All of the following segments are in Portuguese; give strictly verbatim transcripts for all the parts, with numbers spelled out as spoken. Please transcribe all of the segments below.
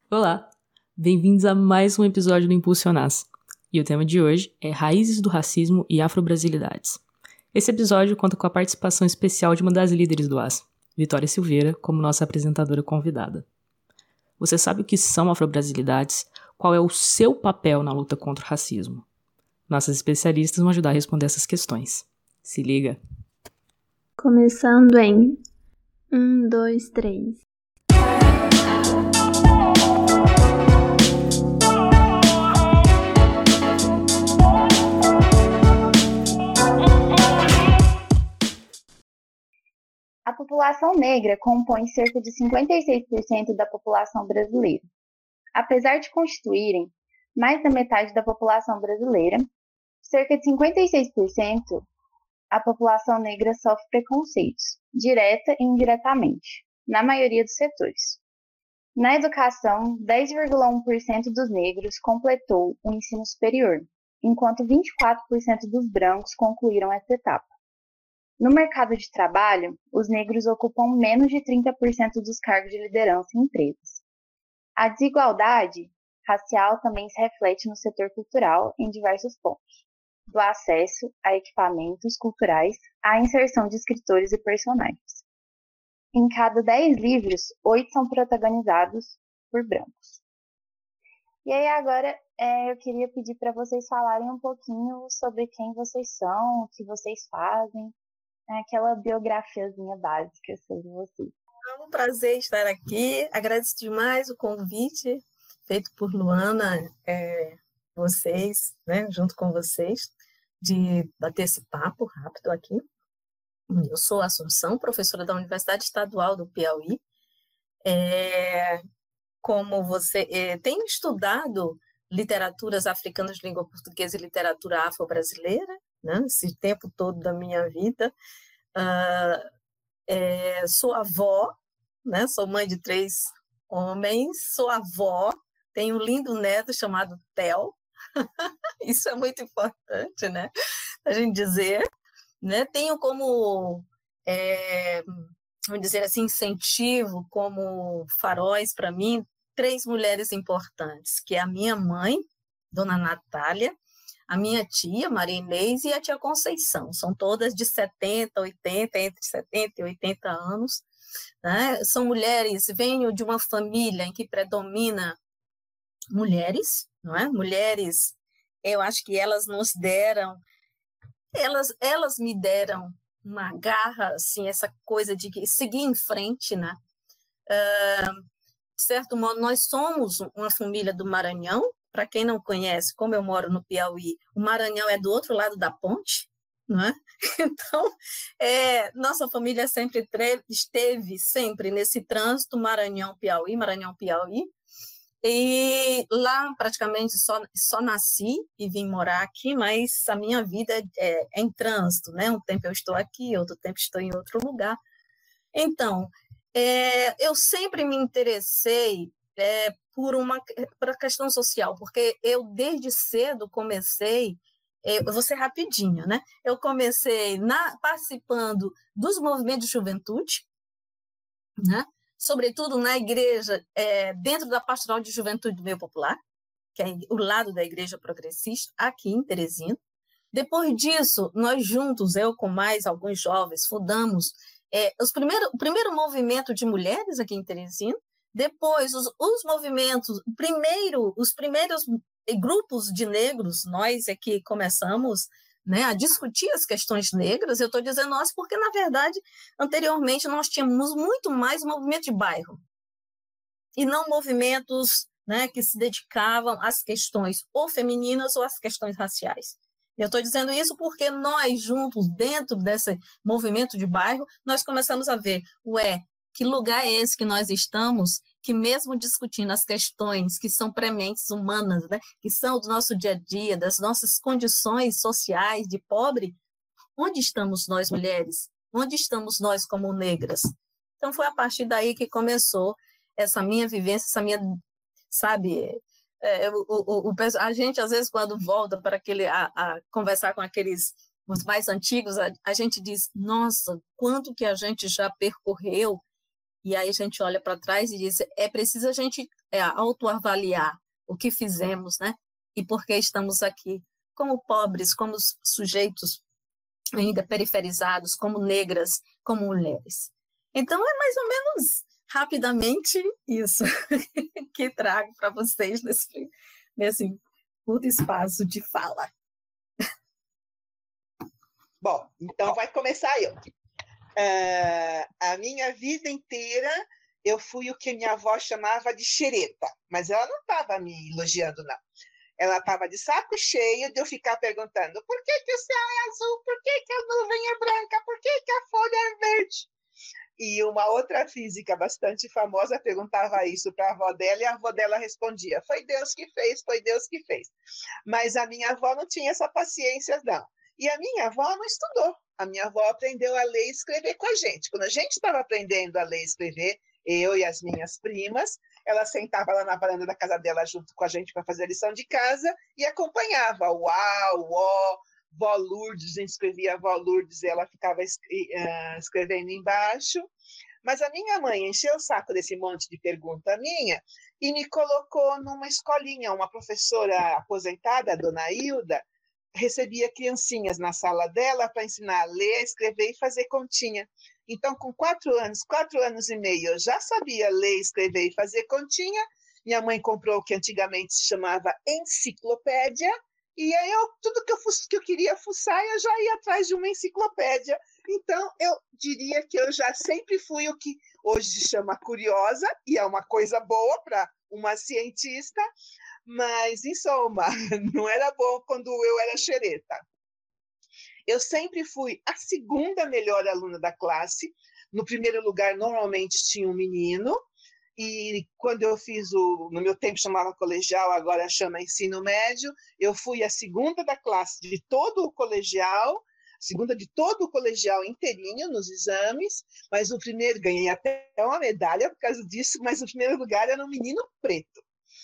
Olá, bem-vindos a mais um episódio do Impulsionás. E o tema de hoje é Raízes do Racismo e Afro-Brasilidades. Esse episódio conta com a participação especial de uma das líderes do A S, Vitória Silveira, como nossa apresentadora convidada. Você sabe o que são afro-brasilidades? Qual é o seu papel na luta contra o racismo? Nossas especialistas vão ajudar a responder essas questões. Se liga! Começando em um, dois, três. A população negra compõe cerca de cinquenta e seis por cento da população brasileira. Apesar de constituírem mais da metade da população brasileira, cerca de cinquenta e seis por cento a população negra sofre preconceitos, direta e indiretamente, na maioria dos setores. Na educação, dez vírgula um por cento dos negros completou o ensino superior, enquanto vinte e quatro por cento dos brancos concluíram essa etapa. No mercado de trabalho, os negros ocupam menos de trinta por cento dos cargos de liderança em empresas. A desigualdade racial também se reflete no setor cultural em diversos pontos, do acesso a equipamentos culturais à inserção de escritores e personagens. Em cada dez livros, oito são protagonizados por brancos. E aí agora é, eu queria pedir para vocês falarem um pouquinho sobre quem vocês são, o que vocês fazem, aquela biografiazinha básica sobre vocês. É um prazer estar aqui, agradeço demais o convite feito por Luana, é, vocês, né, junto com vocês, de bater esse papo rápido aqui. Eu sou Assunção, professora da Universidade Estadual do Piauí. É, como você é, tenho estudado literaturas africanas de língua portuguesa e literatura afro-brasileira, né, esse tempo todo da minha vida. Uh, é, sou avó, né, sou mãe de três homens, sou avó, tenho um lindo neto chamado Theo. Isso é muito importante, né, a gente dizer. Né? Tenho como, é, vamos dizer assim, incentivo, como faróis para mim, três mulheres importantes, que é a minha mãe, Dona Natália, a minha tia, Maria Inês, e a tia Conceição. São todas de setenta, oitenta, entre setenta e oitenta anos. Né? São mulheres, venho de uma família em que predomina mulheres, não é? Mulheres, eu acho que elas nos deram, elas, elas me deram uma garra, assim, essa coisa de seguir em frente, né? Uh, de certo modo, nós somos uma família do Maranhão. Para quem não conhece, como eu moro no Piauí, o Maranhão é do outro lado da ponte, não é? Então, é, nossa família sempre esteve sempre nesse trânsito Maranhão-Piauí, Maranhão-Piauí, e lá praticamente só, só nasci e vim morar aqui, mas a minha vida é, é em trânsito, né? Um tempo eu estou aqui, outro tempo estou em outro lugar. Então, é, eu sempre me interessei é, por uma por a questão social, porque eu desde cedo comecei, eu vou ser rapidinho, né? Eu comecei na, participando dos movimentos de juventude, né? Sobretudo na igreja, é, dentro da Pastoral de Juventude do Meio Popular, que é o lado da Igreja Progressista, aqui em Teresina. Depois disso, nós juntos, eu com mais alguns jovens, fundamos é, os primeiro, o primeiro movimento de mulheres aqui em Teresina. Depois, os, os movimentos, primeiro, os primeiros grupos de negros, nós é que começamos, né, a discutir as questões negras. Eu estou dizendo nós porque, na verdade, anteriormente nós tínhamos muito mais movimento de bairro e não movimentos, né, que se dedicavam às questões ou femininas ou às questões raciais. Eu estou dizendo isso porque nós, juntos, dentro desse movimento de bairro, nós começamos a ver, ué, que lugar é esse que nós estamos, que mesmo discutindo as questões que são prementes humanas, né, que são do nosso dia a dia, das nossas condições sociais de pobre, onde estamos nós mulheres? Onde estamos nós como negras? Então foi a partir daí que começou essa minha vivência, essa minha, sabe, é, o, o, o, a gente às vezes quando volta para aquele, a, a conversar com aqueles os mais antigos, a, a gente diz, nossa, quanto que a gente já percorreu E aí a gente olha para trás e diz, é preciso a gente é, autoavaliar o que fizemos, né? E por que estamos aqui, como pobres, como sujeitos ainda periferizados, como negras, como mulheres. Então, é mais ou menos, rapidamente, isso que trago para vocês nesse, nesse curto espaço de fala. Bom, então vai começar eu. Uh, a minha vida inteira eu fui o que minha avó chamava de xereta, mas ela não estava me elogiando, não. Ela estava de saco cheio de eu ficar perguntando por que, que o céu é azul, por que, que a nuvem é branca, por que, que a folha é verde. E uma outra física bastante famosa perguntava isso para a avó dela e a avó dela respondia, foi Deus que fez, foi Deus que fez. Mas a minha avó não tinha essa paciência, não. E a minha avó não estudou. A minha avó aprendeu a ler e escrever com a gente. Quando a gente estava aprendendo a ler e escrever, eu e as minhas primas, ela sentava lá na varanda da casa dela junto com a gente para fazer a lição de casa e acompanhava. Uau, ó, vó Lourdes, a gente escrevia vó Lourdes, e ela ficava uh, escrevendo embaixo. Mas a minha mãe encheu o saco desse monte de pergunta minha e me colocou numa escolinha. Uma professora aposentada, a dona Hilda, recebia criancinhas na sala dela para ensinar a ler, escrever e fazer continha. Então, com quatro anos, quatro anos e meio, eu já sabia ler, escrever e fazer continha. Minha mãe comprou o que antigamente se chamava enciclopédia, e aí eu, tudo que eu, que eu queria fuçar, eu já ia atrás de uma enciclopédia. Então, eu diria que eu já sempre fui o que hoje se chama curiosa, e é uma coisa boa para uma cientista, mas, em soma, não era bom quando eu era xereta. Eu sempre fui a segunda melhor aluna da classe. No primeiro lugar, normalmente, tinha um menino. E quando eu fiz o... No meu tempo chamava colegial, agora chama ensino médio. Eu fui a segunda da classe de todo o colegial, segunda de todo o colegial inteirinho nos exames, mas o primeiro, ganhei até uma medalha por causa disso, mas o primeiro lugar era um menino preto.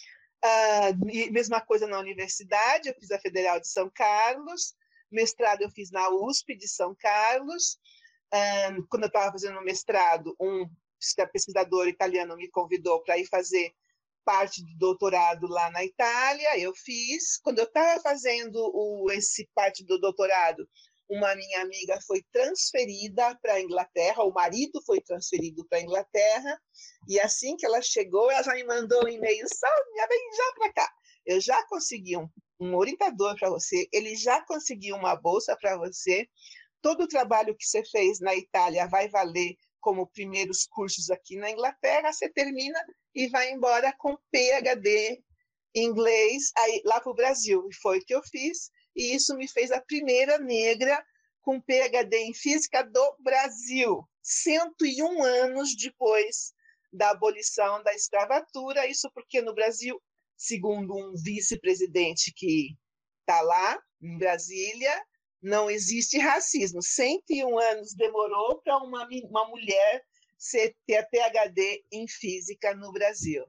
Uh, e mesma coisa na universidade, eu fiz a Federal de São Carlos, mestrado eu fiz na U S P de São Carlos. Uh, quando eu estava fazendo o mestrado, um pesquisador italiano me convidou para ir fazer parte do doutorado lá na Itália, eu fiz. Quando eu estava fazendo o, esse parte do doutorado, uma minha amiga foi transferida para a Inglaterra, o marido foi transferido para a Inglaterra, e assim que ela chegou, ela já me mandou um e-mail, Sônia, vem já para cá. Eu já consegui um, um orientador para você, ele já conseguiu uma bolsa para você, todo o trabalho que você fez na Itália vai valer como primeiros cursos aqui na Inglaterra, você termina e vai embora com P H D em inglês aí, lá para o Brasil. E foi o que eu fiz, e isso me fez a primeira negra com P H D em Física do Brasil, cento e um anos depois da abolição da escravatura, isso porque no Brasil, segundo um vice-presidente que está lá, em Brasília, não existe racismo. cento e um anos demorou para uma, uma mulher ser, ter P H D em Física no Brasil.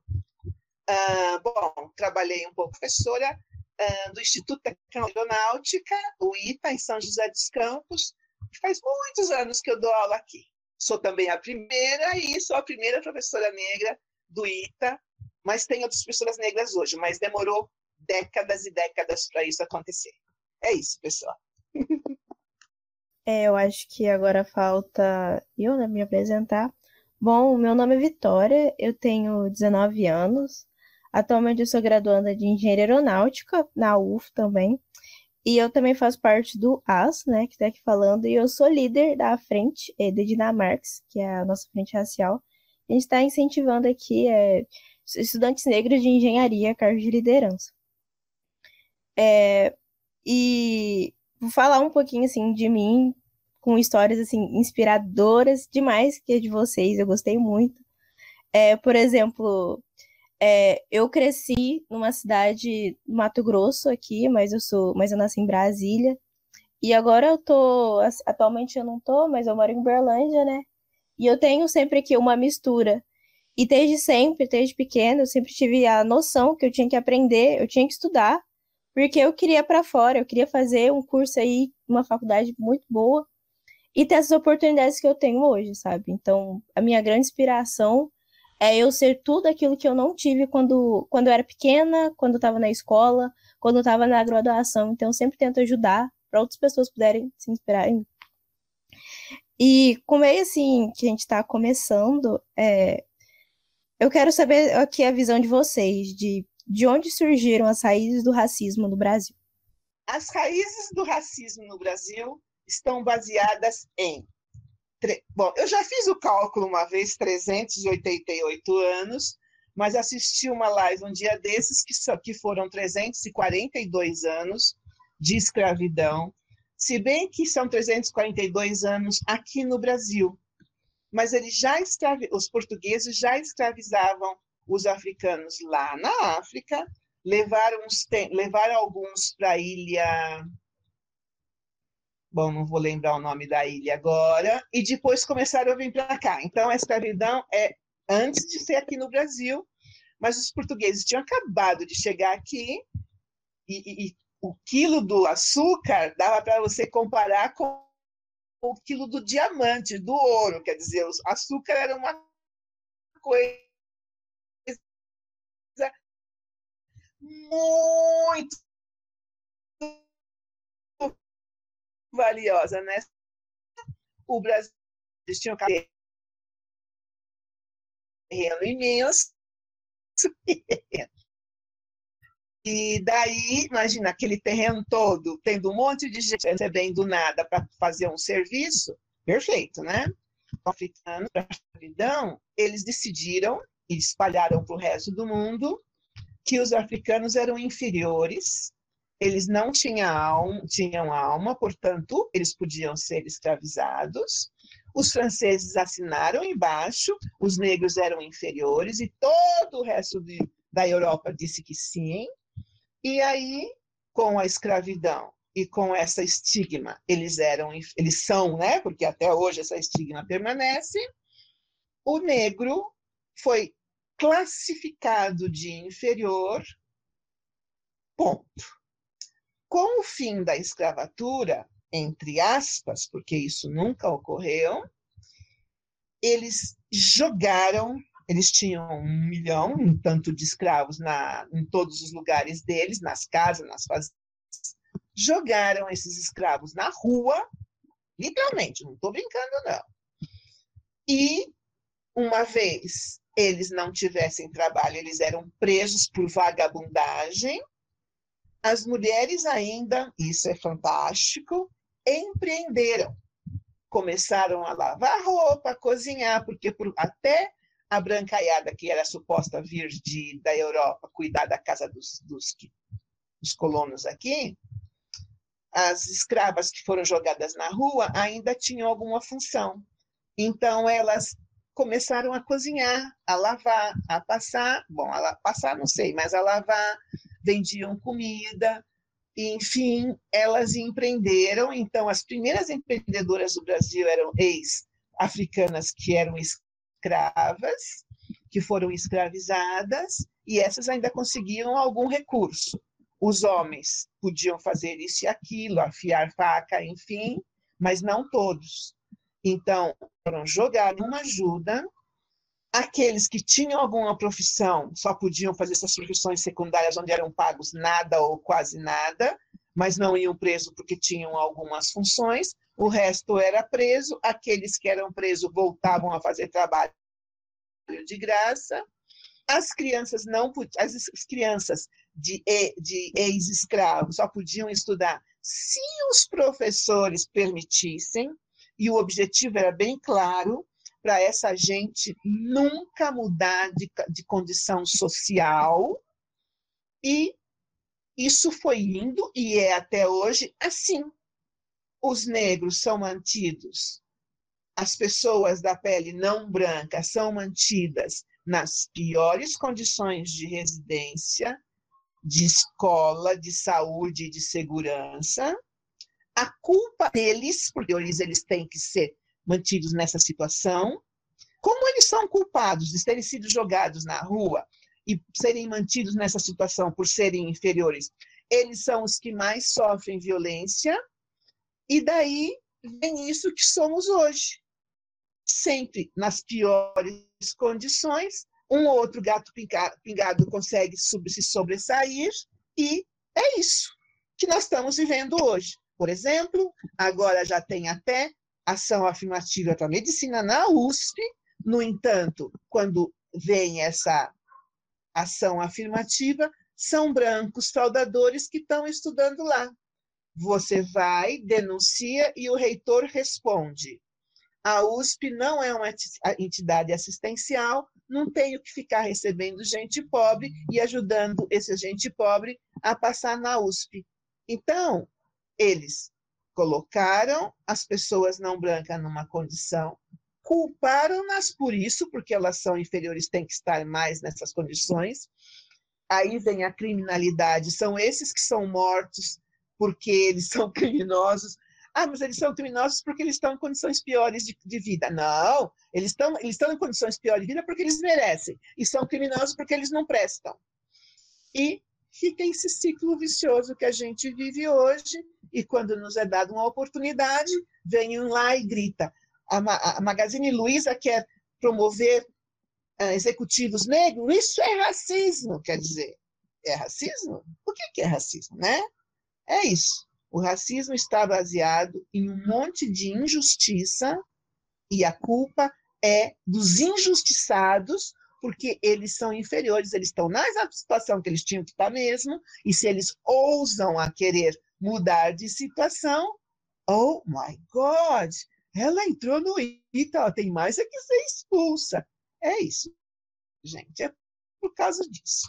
Uh, bom, trabalhei um pouco professora uh, do Instituto Tecnológico Aeronáutica, o I T A, em São José dos Campos. Faz muitos anos que eu dou aula aqui. Sou também a primeira e sou a primeira professora negra do I T A, mas tem outras professoras negras hoje, mas demorou décadas e décadas para isso acontecer. É isso, pessoal. É, eu acho que agora falta eu, né, me apresentar. Bom, meu nome é Vitória, eu tenho dezenove anos. Atualmente eu sou graduanda de Engenharia Aeronáutica, na U F também. E eu também faço parte do A S, né, que está aqui falando. E eu sou líder da frente é, de Dinamarques, que é a nossa frente racial. A gente está incentivando aqui é, estudantes negros de engenharia a cargos de liderança. É, e... Vou falar um pouquinho, assim, de mim, com histórias, assim, inspiradoras demais que é de vocês, eu gostei muito. É, por exemplo, é, eu cresci numa cidade do Mato Grosso aqui, mas eu sou, mas eu nasci em Brasília. E agora eu tô, atualmente eu não tô, mas eu moro em Uberlândia, né? E eu tenho sempre aqui uma mistura. E desde sempre, desde pequena, eu sempre tive a noção que eu tinha que aprender, eu tinha que estudar, porque eu queria para fora, eu queria fazer um curso aí, uma faculdade muito boa, e ter essas oportunidades que eu tenho hoje, sabe? Então, a minha grande inspiração é eu ser tudo aquilo que eu não tive quando, quando eu era pequena, quando eu estava na escola, quando eu estava na graduação. Então, eu sempre tento ajudar para outras pessoas puderem se inspirar em mim. E como é assim que a gente está começando, é, eu quero saber aqui a visão de vocês, de, de onde surgiram as raízes do racismo no Brasil. As raízes do racismo no Brasil estão baseadas em... Bom, eu já fiz o cálculo uma vez, trezentos e oitenta e oito anos, mas assisti uma live um dia desses que, só, que foram trezentos e quarenta e dois anos de escravidão, se bem que são trezentos e quarenta e dois anos aqui no Brasil. Mas eles já escravi... os portugueses já escravizavam os africanos lá na África, levaram, uns... levaram alguns para a ilha... Bom, não vou lembrar o nome da ilha agora, e depois começaram a vir para cá. Então, a escravidão é antes de ser aqui no Brasil, mas os portugueses tinham acabado de chegar aqui, e, e o quilo do açúcar dava para você comparar com o quilo do diamante, do ouro, quer dizer, o açúcar era uma coisa muito valiosa, né? O Brasil tinha um terreno imenso. E daí, imagina, aquele terreno todo, tendo um monte de gente recebendo do nada para fazer um serviço, perfeito, né? Africano, para a escravidão, eles decidiram e espalharam para o resto do mundo que os africanos eram inferiores, eles não tinham alma, tinham alma, portanto, eles podiam ser escravizados. Os franceses assinaram embaixo, os negros eram inferiores, e todo o resto de, da Europa disse que sim. E aí, com a escravidão e com essa estigma, eles eram, eles são, né? Porque até hoje essa estigma permanece. O negro foi classificado de inferior, ponto. Com o fim da escravatura, entre aspas, porque isso nunca ocorreu, eles jogaram, eles tinham um milhão, um tanto de escravos na, em todos os lugares deles, nas casas, nas fazendas, jogaram esses escravos na rua, literalmente, não estou brincando, não. E, uma vez eles não tivessem trabalho, eles eram presos por vagabundagem. As mulheres ainda, isso é fantástico, empreenderam. Começaram a lavar roupa, a cozinhar, porque por, até a brancaiada, que era suposta vir de, da Europa, cuidar da casa dos, dos, dos colonos aqui, as escravas que foram jogadas na rua ainda tinham alguma função. Então, elas começaram a cozinhar, a lavar, a passar, bom, a passar não sei, mas a lavar, vendiam comida, e, enfim, elas empreenderam. Então, as primeiras empreendedoras do Brasil eram ex-africanas que eram escravas, que foram escravizadas, e essas ainda conseguiam algum recurso. Os homens podiam fazer isso e aquilo, afiar faca, enfim, mas não todos. Então, foram jogados uma ajuda. Aqueles que tinham alguma profissão só podiam fazer essas profissões secundárias onde eram pagos nada ou quase nada, mas não iam presos porque tinham algumas funções. O resto era preso. Aqueles que eram presos voltavam a fazer trabalho de graça. As crianças não as crianças de, de ex-escravos só podiam estudar se os professores permitissem, e o objetivo era bem claro, para essa gente nunca mudar de, de condição social, e isso foi indo, e é até hoje assim. Os negros são mantidos, as pessoas da pele não branca são mantidas nas piores condições de residência, de escola, de saúde e de segurança. A culpa deles, porque eles, eles têm que ser mantidos nessa situação. Como eles são culpados de terem sido jogados na rua e serem mantidos nessa situação por serem inferiores, eles são os que mais sofrem violência, e daí vem isso que somos hoje. Sempre nas piores condições, um ou outro gato pingado consegue se sobressair, e é isso que nós estamos vivendo hoje. Por exemplo, agora já tem até ação afirmativa para a medicina na U S P. No entanto, quando vem essa ação afirmativa, são brancos fraudadores que estão estudando lá. Você vai, denuncia e o reitor responde. A U S P não é uma entidade assistencial, não tenho que ficar recebendo gente pobre e ajudando esse gente pobre a passar na U S P. Então, eles colocaram as pessoas não brancas numa condição, culparam-nas por isso, porque elas são inferiores, têm que estar mais nessas condições. Aí vem a criminalidade, são esses que são mortos porque eles são criminosos. Ah, mas eles são criminosos porque eles estão em condições piores de, de vida. Não, eles estão, eles estão em condições piores de vida porque eles merecem. E são criminosos porque eles não prestam. E fica esse ciclo vicioso que a gente vive hoje, e quando nos é dada uma oportunidade, vem um lá e grita. A, a Magazine Luiza quer promover uh, executivos negros, isso é racismo, quer dizer. É racismo? O que, que é racismo, né? É isso. O racismo está baseado em um monte de injustiça, e a culpa é dos injustiçados, porque eles são inferiores, eles estão na situação que eles tinham que estar mesmo, e se eles ousam a querer mudar de situação, oh my God, ela entrou no I T, ela tem mais é que ser expulsa. É isso, gente, é por causa disso.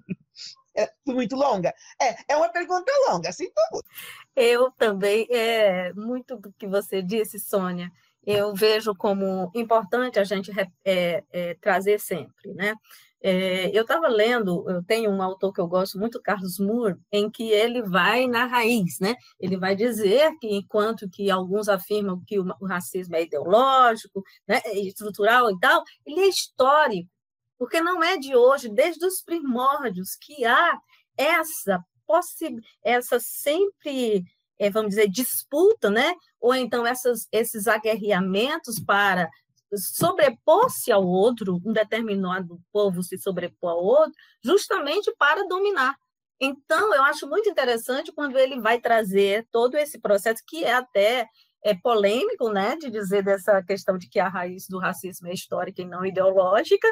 É muito longa? É, é uma pergunta longa, assim como. Eu também, é muito do que você disse, Sônia, eu vejo como importante a gente é, é, trazer sempre, né? É, eu estava lendo, eu tenho um autor que eu gosto muito, Carlos Moore, em que ele vai na raiz, né? Ele vai dizer que, enquanto que alguns afirmam que o, o racismo é ideológico, né, é estrutural e tal, ele é histórico, porque não é de hoje, desde os primórdios, que há essa possibilidade, essa sempre, é, vamos dizer, disputa, né? Ou então essas, esses aguerreamentos para sobrepor-se ao outro, um determinado povo se sobrepor ao outro, justamente para dominar. Então, eu acho muito interessante quando ele vai trazer todo esse processo, que é até é polêmico, né, de dizer dessa questão de que a raiz do racismo é histórica e não ideológica,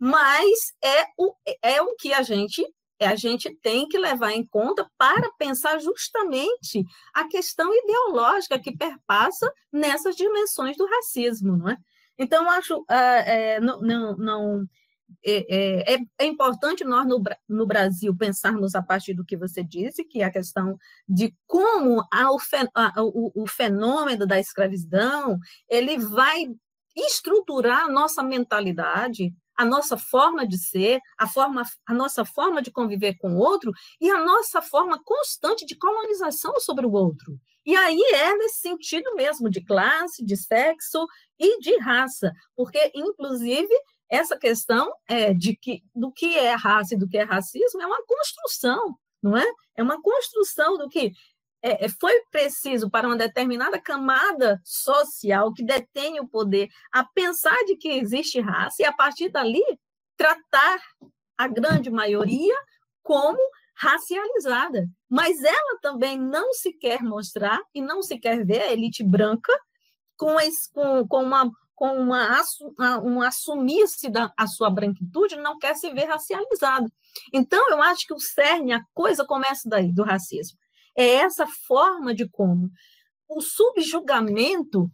mas é o, é o que a gente, a gente tem que levar em conta para pensar justamente a questão ideológica que perpassa nessas dimensões do racismo, não é? Então, acho é, não, não, não é, é, é importante nós, no, no Brasil, pensarmos a partir do que você disse, que é a questão de como a, a, o, o fenômeno da escravidão ele vai estruturar a nossa mentalidade, a nossa forma de ser, a, forma, a nossa forma de conviver com o outro e a nossa forma constante de colonização sobre o outro. E aí é nesse sentido mesmo de classe, de sexo e de raça, porque, inclusive, essa questão é, de que, do que é raça e do que é racismo é uma construção, não é? É uma construção do que é, foi preciso para uma determinada camada social que detém o poder a pensar de que existe raça e, a partir dali, tratar a grande maioria como racializada. Mas ela também não se quer mostrar e não se quer ver a elite branca com, esse, com, com uma... com uma, um assumir-se da a sua branquitude, não quer se ver racializado. Então, eu acho que o cerne, a coisa começa daí, do racismo. É essa forma de como o subjugamento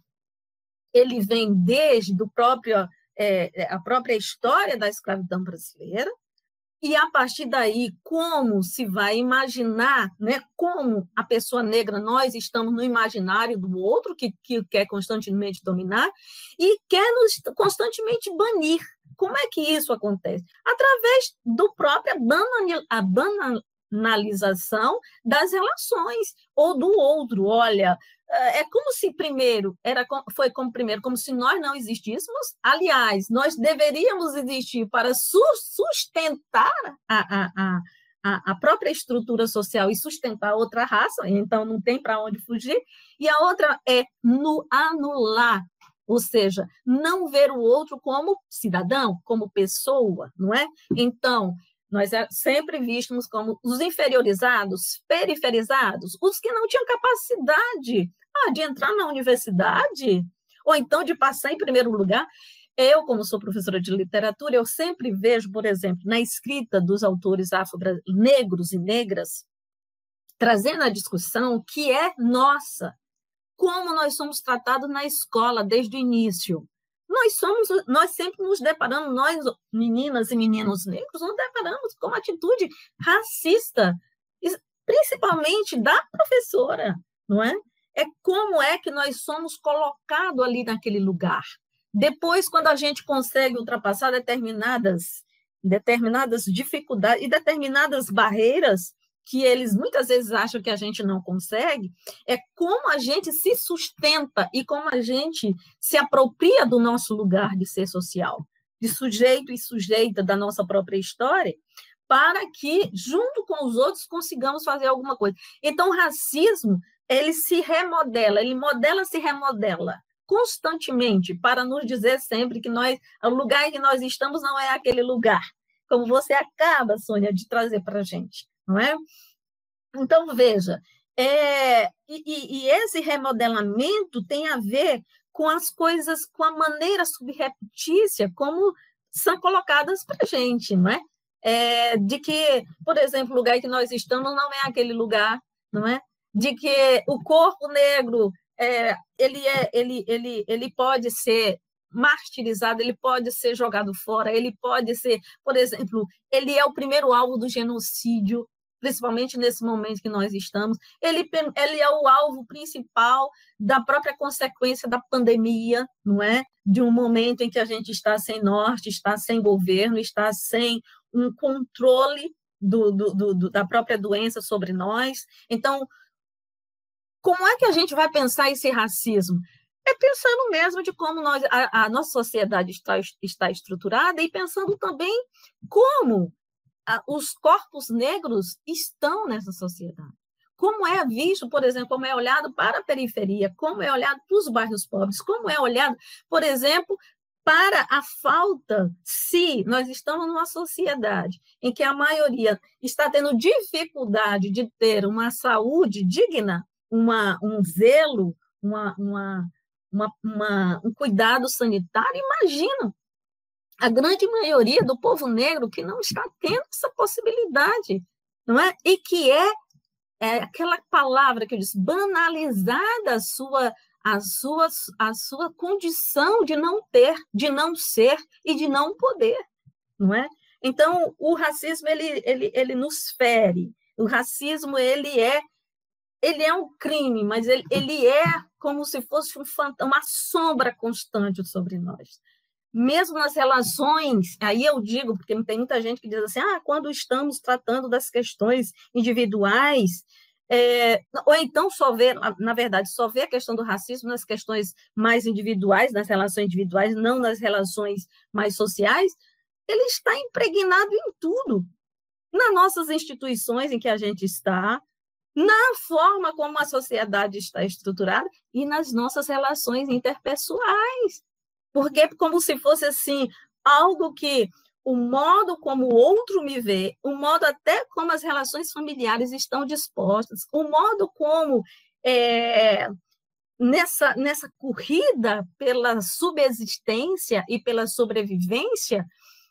ele vem desde do próprio, é, a própria história da escravidão brasileira, e, a partir daí, como se vai imaginar, né, como a pessoa negra, nós estamos no imaginário do outro, que, que quer constantemente dominar, e quer nos constantemente banir. Como é que isso acontece? Através do própria a banalização das relações, ou do outro. Olha, é como se primeiro, era, foi como primeiro, como se nós não existíssemos. Aliás, nós deveríamos existir para sustentar a, a, a, a, a própria estrutura social e sustentar outra raça, então não tem para onde fugir, e a outra é no, anular, ou seja, não ver o outro como cidadão, como pessoa, não é? Então, nós sempre vístimos como os inferiorizados, periferizados, os que não tinham capacidade ah, de entrar na universidade, ou então de passar em primeiro lugar. Eu, como sou professora de literatura, eu sempre vejo, por exemplo, na escrita dos autores afro-negros e negras, trazendo a discussão que é nossa, como nós somos tratados na escola desde o início. Nós somos, nós sempre nos deparamos, nós, meninas e meninos negros, nos deparamos com uma atitude racista, principalmente da professora, não é? É como é que nós somos colocados ali naquele lugar. Depois, quando a gente consegue ultrapassar determinadas, determinadas dificuldades e determinadas barreiras que eles muitas vezes acham que a gente não consegue, é como a gente se sustenta e como a gente se apropria do nosso lugar de ser social, de sujeito e sujeita da nossa própria história, para que, junto com os outros, consigamos fazer alguma coisa. Então, o racismo, ele se remodela, ele modela, se remodela constantemente para nos dizer sempre que nós, o lugar em que nós estamos não é aquele lugar, como você acaba, Sônia, de trazer para a gente, não é? Então, veja, é, e, e esse remodelamento tem a ver com as coisas, com a maneira subreptícia como são colocadas para a gente, não é? É? De que, por exemplo, o lugar em que nós estamos não é aquele lugar, não é? De que o corpo negro é, ele, é, ele, ele, ele pode ser martirizado, ele pode ser jogado fora, ele pode ser, por exemplo, ele é o primeiro alvo do genocídio, principalmente nesse momento que nós estamos, ele, ele é o alvo principal da própria consequência da pandemia, não é? De um momento em que a gente está sem norte, está sem governo, está sem um controle do, do, do, da própria doença sobre nós. Então, como é que a gente vai pensar esse racismo? É pensando mesmo de como nós, a, a nossa sociedade está, está estruturada e pensando também como os corpos negros estão nessa sociedade. Como é visto, por exemplo, como é olhado para a periferia, como é olhado para os bairros pobres, como é olhado, por exemplo, para a falta, se nós estamos numa sociedade em que a maioria está tendo dificuldade de ter uma saúde digna, uma, um zelo, uma, uma, uma, uma, um cuidado sanitário, imagina a grande maioria do povo negro que não está tendo essa possibilidade, não é? E que é, é aquela palavra que eu disse, banalizada a sua, a, sua, a sua condição de não ter, de não ser e de não poder, não é? Então, o racismo, ele, ele, ele nos fere, o racismo, ele é, ele é um crime, mas ele, ele é como se fosse um fantasma, uma sombra constante sobre nós. Mesmo nas relações, aí eu digo, porque tem muita gente que diz assim, ah, quando estamos tratando das questões individuais, é, ou então só vê, na verdade, só vê a questão do racismo nas questões mais individuais, nas relações individuais, não nas relações mais sociais, ele está impregnado em tudo, nas nossas instituições em que a gente está, na forma como a sociedade está estruturada e nas nossas relações interpessoais. Porque como se fosse assim, algo que o modo como o outro me vê, o modo até como as relações familiares estão dispostas, o modo como é, nessa, nessa corrida pela subsistência e pela sobrevivência,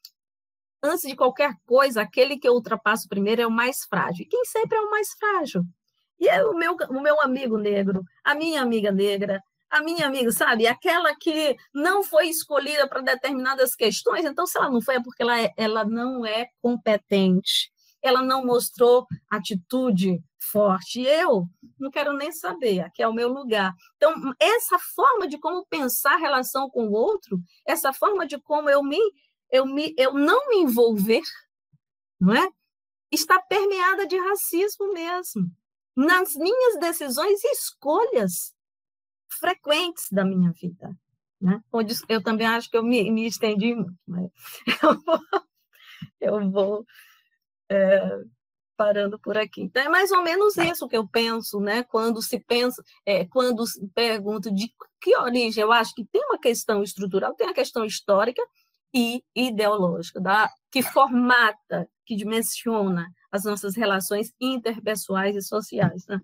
antes de qualquer coisa, aquele que eu ultrapasso primeiro é o mais frágil. E quem sempre é o mais frágil? E é o meu, o meu amigo negro, a minha amiga negra, a minha amiga, sabe? Aquela que não foi escolhida para determinadas questões, então, se ela não foi, é porque ela, é, ela não é competente, ela não mostrou atitude forte. E eu não quero nem saber, aqui é o meu lugar. Então, essa forma de como pensar a relação com o outro, essa forma de como eu, me, eu, me, eu não me envolver, não é? Está permeada de racismo mesmo. Nas minhas decisões e escolhas frequentes da minha vida, né? Onde eu também acho que eu me, me estendi muito, mas eu vou, eu vou é, parando por aqui. Então, é mais ou menos isso que eu penso, né? Quando se pensa, é, quando se pergunta de que origem, eu acho que tem uma questão estrutural, tem a questão histórica e ideológica, da, que formata, que dimensiona as nossas relações interpessoais e sociais, né?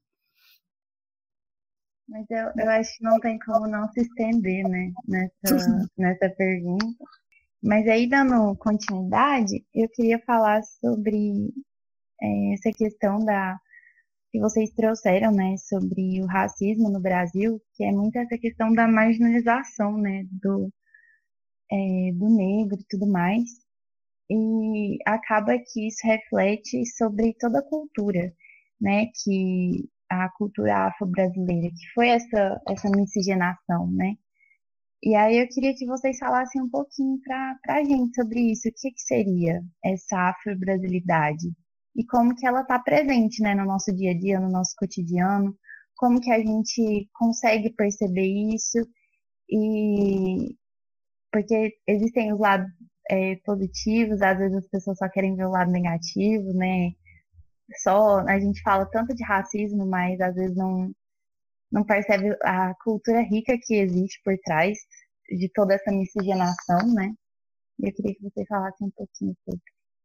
Mas eu, eu acho que não tem como não se estender, né, nessa, nessa pergunta. Mas aí, dando continuidade, eu queria falar sobre é, essa questão da que vocês trouxeram, né, sobre o racismo no Brasil, que é muito essa questão da marginalização, né, do, é, do negro e tudo mais. E acaba que isso reflete sobre toda a cultura, né, que a cultura afro-brasileira, que foi essa, essa miscigenação, né? E aí eu queria que vocês falassem um pouquinho para a gente sobre isso, o que, que seria essa afro-brasilidade e como que ela está presente, né, no nosso dia a dia, no nosso cotidiano, como que a gente consegue perceber isso, e porque existem os lados é, positivos, às vezes as pessoas só querem ver o lado negativo, né? Só a gente fala tanto de racismo, mas às vezes não, não percebe a cultura rica que existe por trás de toda essa miscigenação, né? E eu queria que você falasse um pouquinho sobre.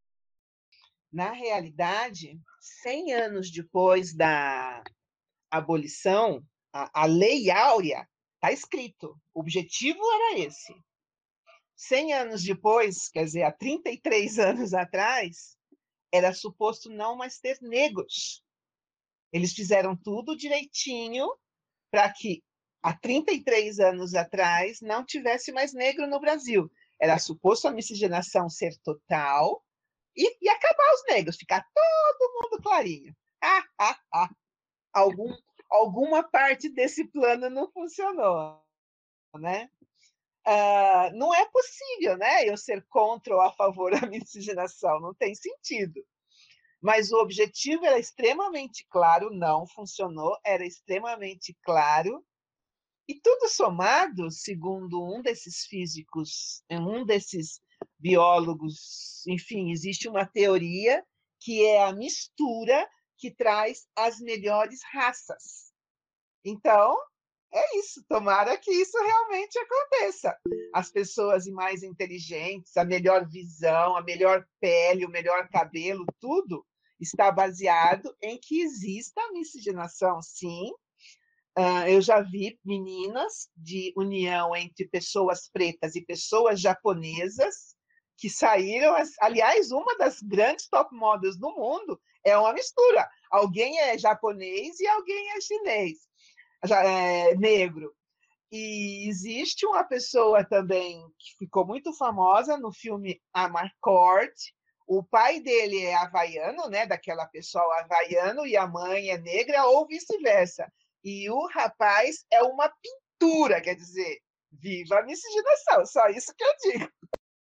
Na realidade, cem anos depois da abolição, a, a Lei Áurea está escrito, o objetivo era esse. cem anos depois, quer dizer, há trinta e três anos atrás, era suposto não mais ter negros. Eles fizeram tudo direitinho para que, há trinta e três anos atrás, não tivesse mais negro no Brasil. Era suposto a miscigenação ser total e, e acabar os negros, ficar todo mundo clarinho. Ah, ah, ah. Algum, alguma parte desse plano não funcionou, né? Uh, não é possível, né, eu ser contra ou a favor da miscigenação, não tem sentido. Mas o objetivo era extremamente claro, não funcionou, era extremamente claro, e tudo somado, segundo um desses físicos, um desses biólogos, enfim, existe uma teoria que é a mistura que traz as melhores raças. Então, é isso, tomara que isso realmente aconteça. As pessoas mais inteligentes, a melhor visão, a melhor pele, o melhor cabelo, tudo está baseado em que exista a miscigenação, sim. Uh, eu já vi meninas de união entre pessoas pretas e pessoas japonesas que saíram, aliás, uma das grandes top models do mundo é uma mistura. Alguém é japonês e alguém é chinês. É, negro. E existe uma pessoa também que ficou muito famosa no filme Amarcord. O pai dele é havaiano, né, daquela pessoa havaiano, e a mãe é negra, ou vice-versa. E o rapaz é uma pintura, quer dizer, viva a miscigenação, só isso que eu digo.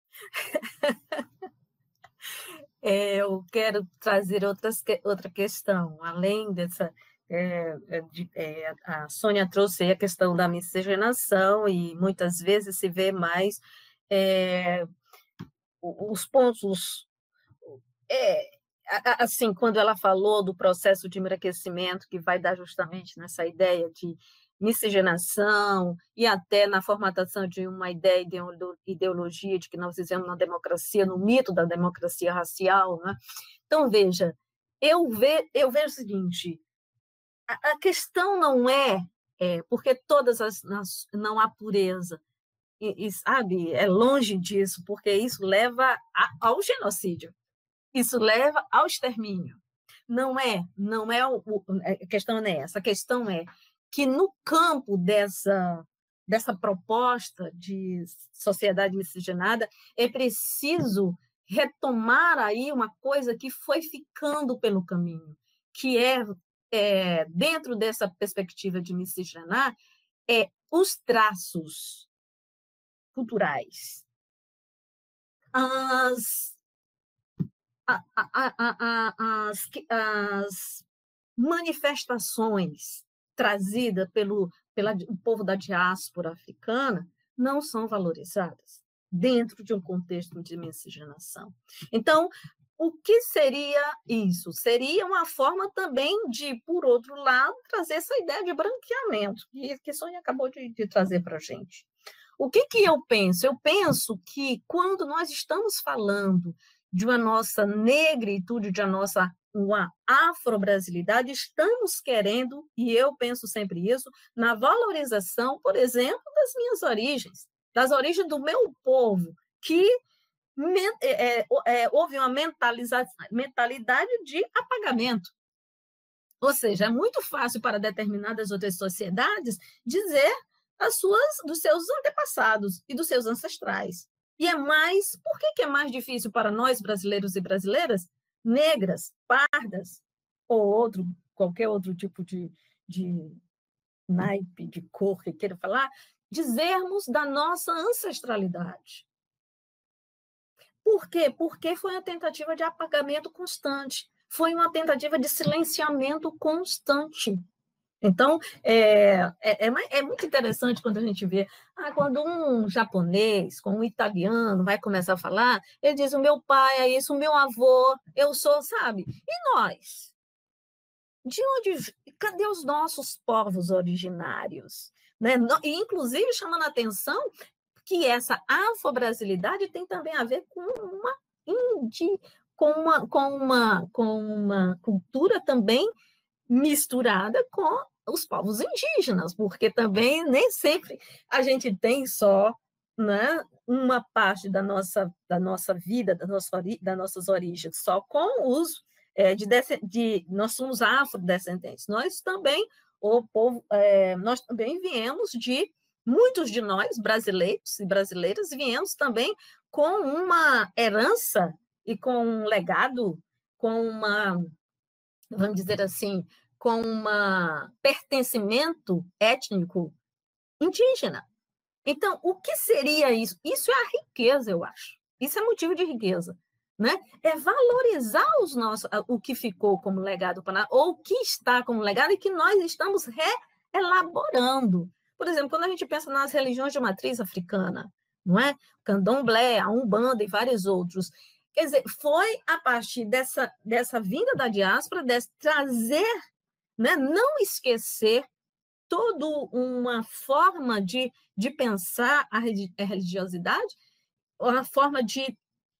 É, eu quero trazer outras, outra questão, além dessa. É, é, a Sônia trouxe aí a questão da miscigenação, e muitas vezes se vê mais é, os pontos. É, assim, quando ela falou do processo de embranquecimento, que vai dar justamente nessa ideia de miscigenação e até na formatação de uma ideia de ideologia de que nós vivemos na democracia, no mito da democracia racial, né? Então, veja, eu, ve, eu vejo o seguinte: a, a questão não é, é porque todas as, as não há pureza, e, e sabe, é longe disso, porque isso leva a, ao genocídio. Isso leva ao extermínio. Não é, não é o, a questão não é essa. A questão é que no campo dessa dessa proposta de sociedade miscigenada é preciso retomar aí uma coisa que foi ficando pelo caminho, que é, é dentro dessa perspectiva de miscigenar, é os traços culturais, as A, a, a, as, as manifestações trazidas pelo pela, o povo da diáspora africana não são valorizadas dentro de um contexto de miscigenação. Então, o que seria isso? Seria uma forma também de, por outro lado, trazer essa ideia de branqueamento, que, que a Sônia acabou de, de trazer para a gente. O que, que eu penso? Eu penso que quando nós estamos falando de uma nossa negritude, de uma nossa uma afro-brasilidade, estamos querendo, e eu penso sempre isso, na valorização, por exemplo, das minhas origens, das origens do meu povo, que é, é, é, houve uma mentalidade de apagamento. Ou seja, é muito fácil para determinadas outras sociedades dizer as suas, dos seus antepassados e dos seus ancestrais. E é mais, por que, que é mais difícil para nós, brasileiros e brasileiras, negras, pardas, ou outro, qualquer outro tipo de, de naipe, de cor que queira falar, dizermos da nossa ancestralidade? Por quê? Porque foi uma tentativa de apagamento constante, foi uma tentativa de silenciamento constante. Então, é, é, é muito interessante quando a gente vê, ah, quando um japonês com um italiano vai começar a falar, ele diz, o meu pai é isso, o meu avô, eu sou, sabe? E nós? De onde, cadê os nossos povos originários? Né? E, inclusive, chamando a atenção que essa afro-brasilidade tem também a ver com uma, indi, com uma, com uma, com uma cultura também misturada com os povos indígenas, porque também nem sempre a gente tem só, né, uma parte da nossa, da nossa vida, da nossa, das nossas origens, só com os é, de, de nós somos afrodescendentes. Nós também, o povo, é, nós também viemos de muitos de nós, brasileiros e brasileiras, viemos também com uma herança e com um legado, com uma, vamos dizer assim, com um pertencimento étnico indígena. Então, o que seria isso? Isso é a riqueza, eu acho. Isso é motivo de riqueza, né? É valorizar os nossos, o que ficou como legado, ou o que está como legado e que nós estamos reelaborando. Por exemplo, quando a gente pensa nas religiões de matriz africana, não é? Candomblé, a Umbanda e vários outros. Quer dizer, foi a partir dessa, dessa vinda da diáspora, de trazer, né, não esquecer toda uma forma de, de pensar a religiosidade, uma forma de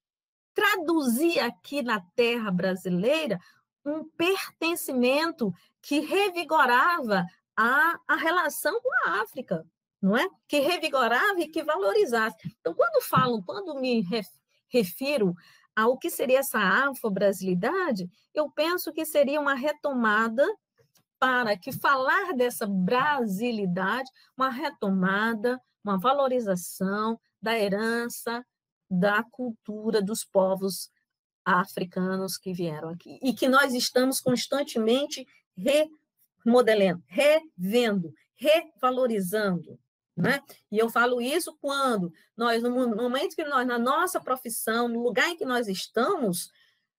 traduzir aqui na terra brasileira um pertencimento que revigorava a, a relação com a África, não é? Que revigorava e que valorizasse. Então, quando falo, quando me refiro ao que seria essa afro-brasilidade, eu penso que seria uma retomada para que falar dessa brasilidade, uma retomada, uma valorização da herança, da cultura dos povos africanos que vieram aqui. E que nós estamos constantemente remodelando, revendo, revalorizando. Né? E eu falo isso quando nós, no momento que nós, na nossa profissão, no lugar em que nós estamos,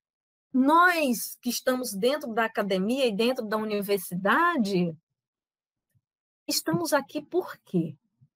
nós que estamos dentro da academia e dentro da universidade, estamos aqui por quê?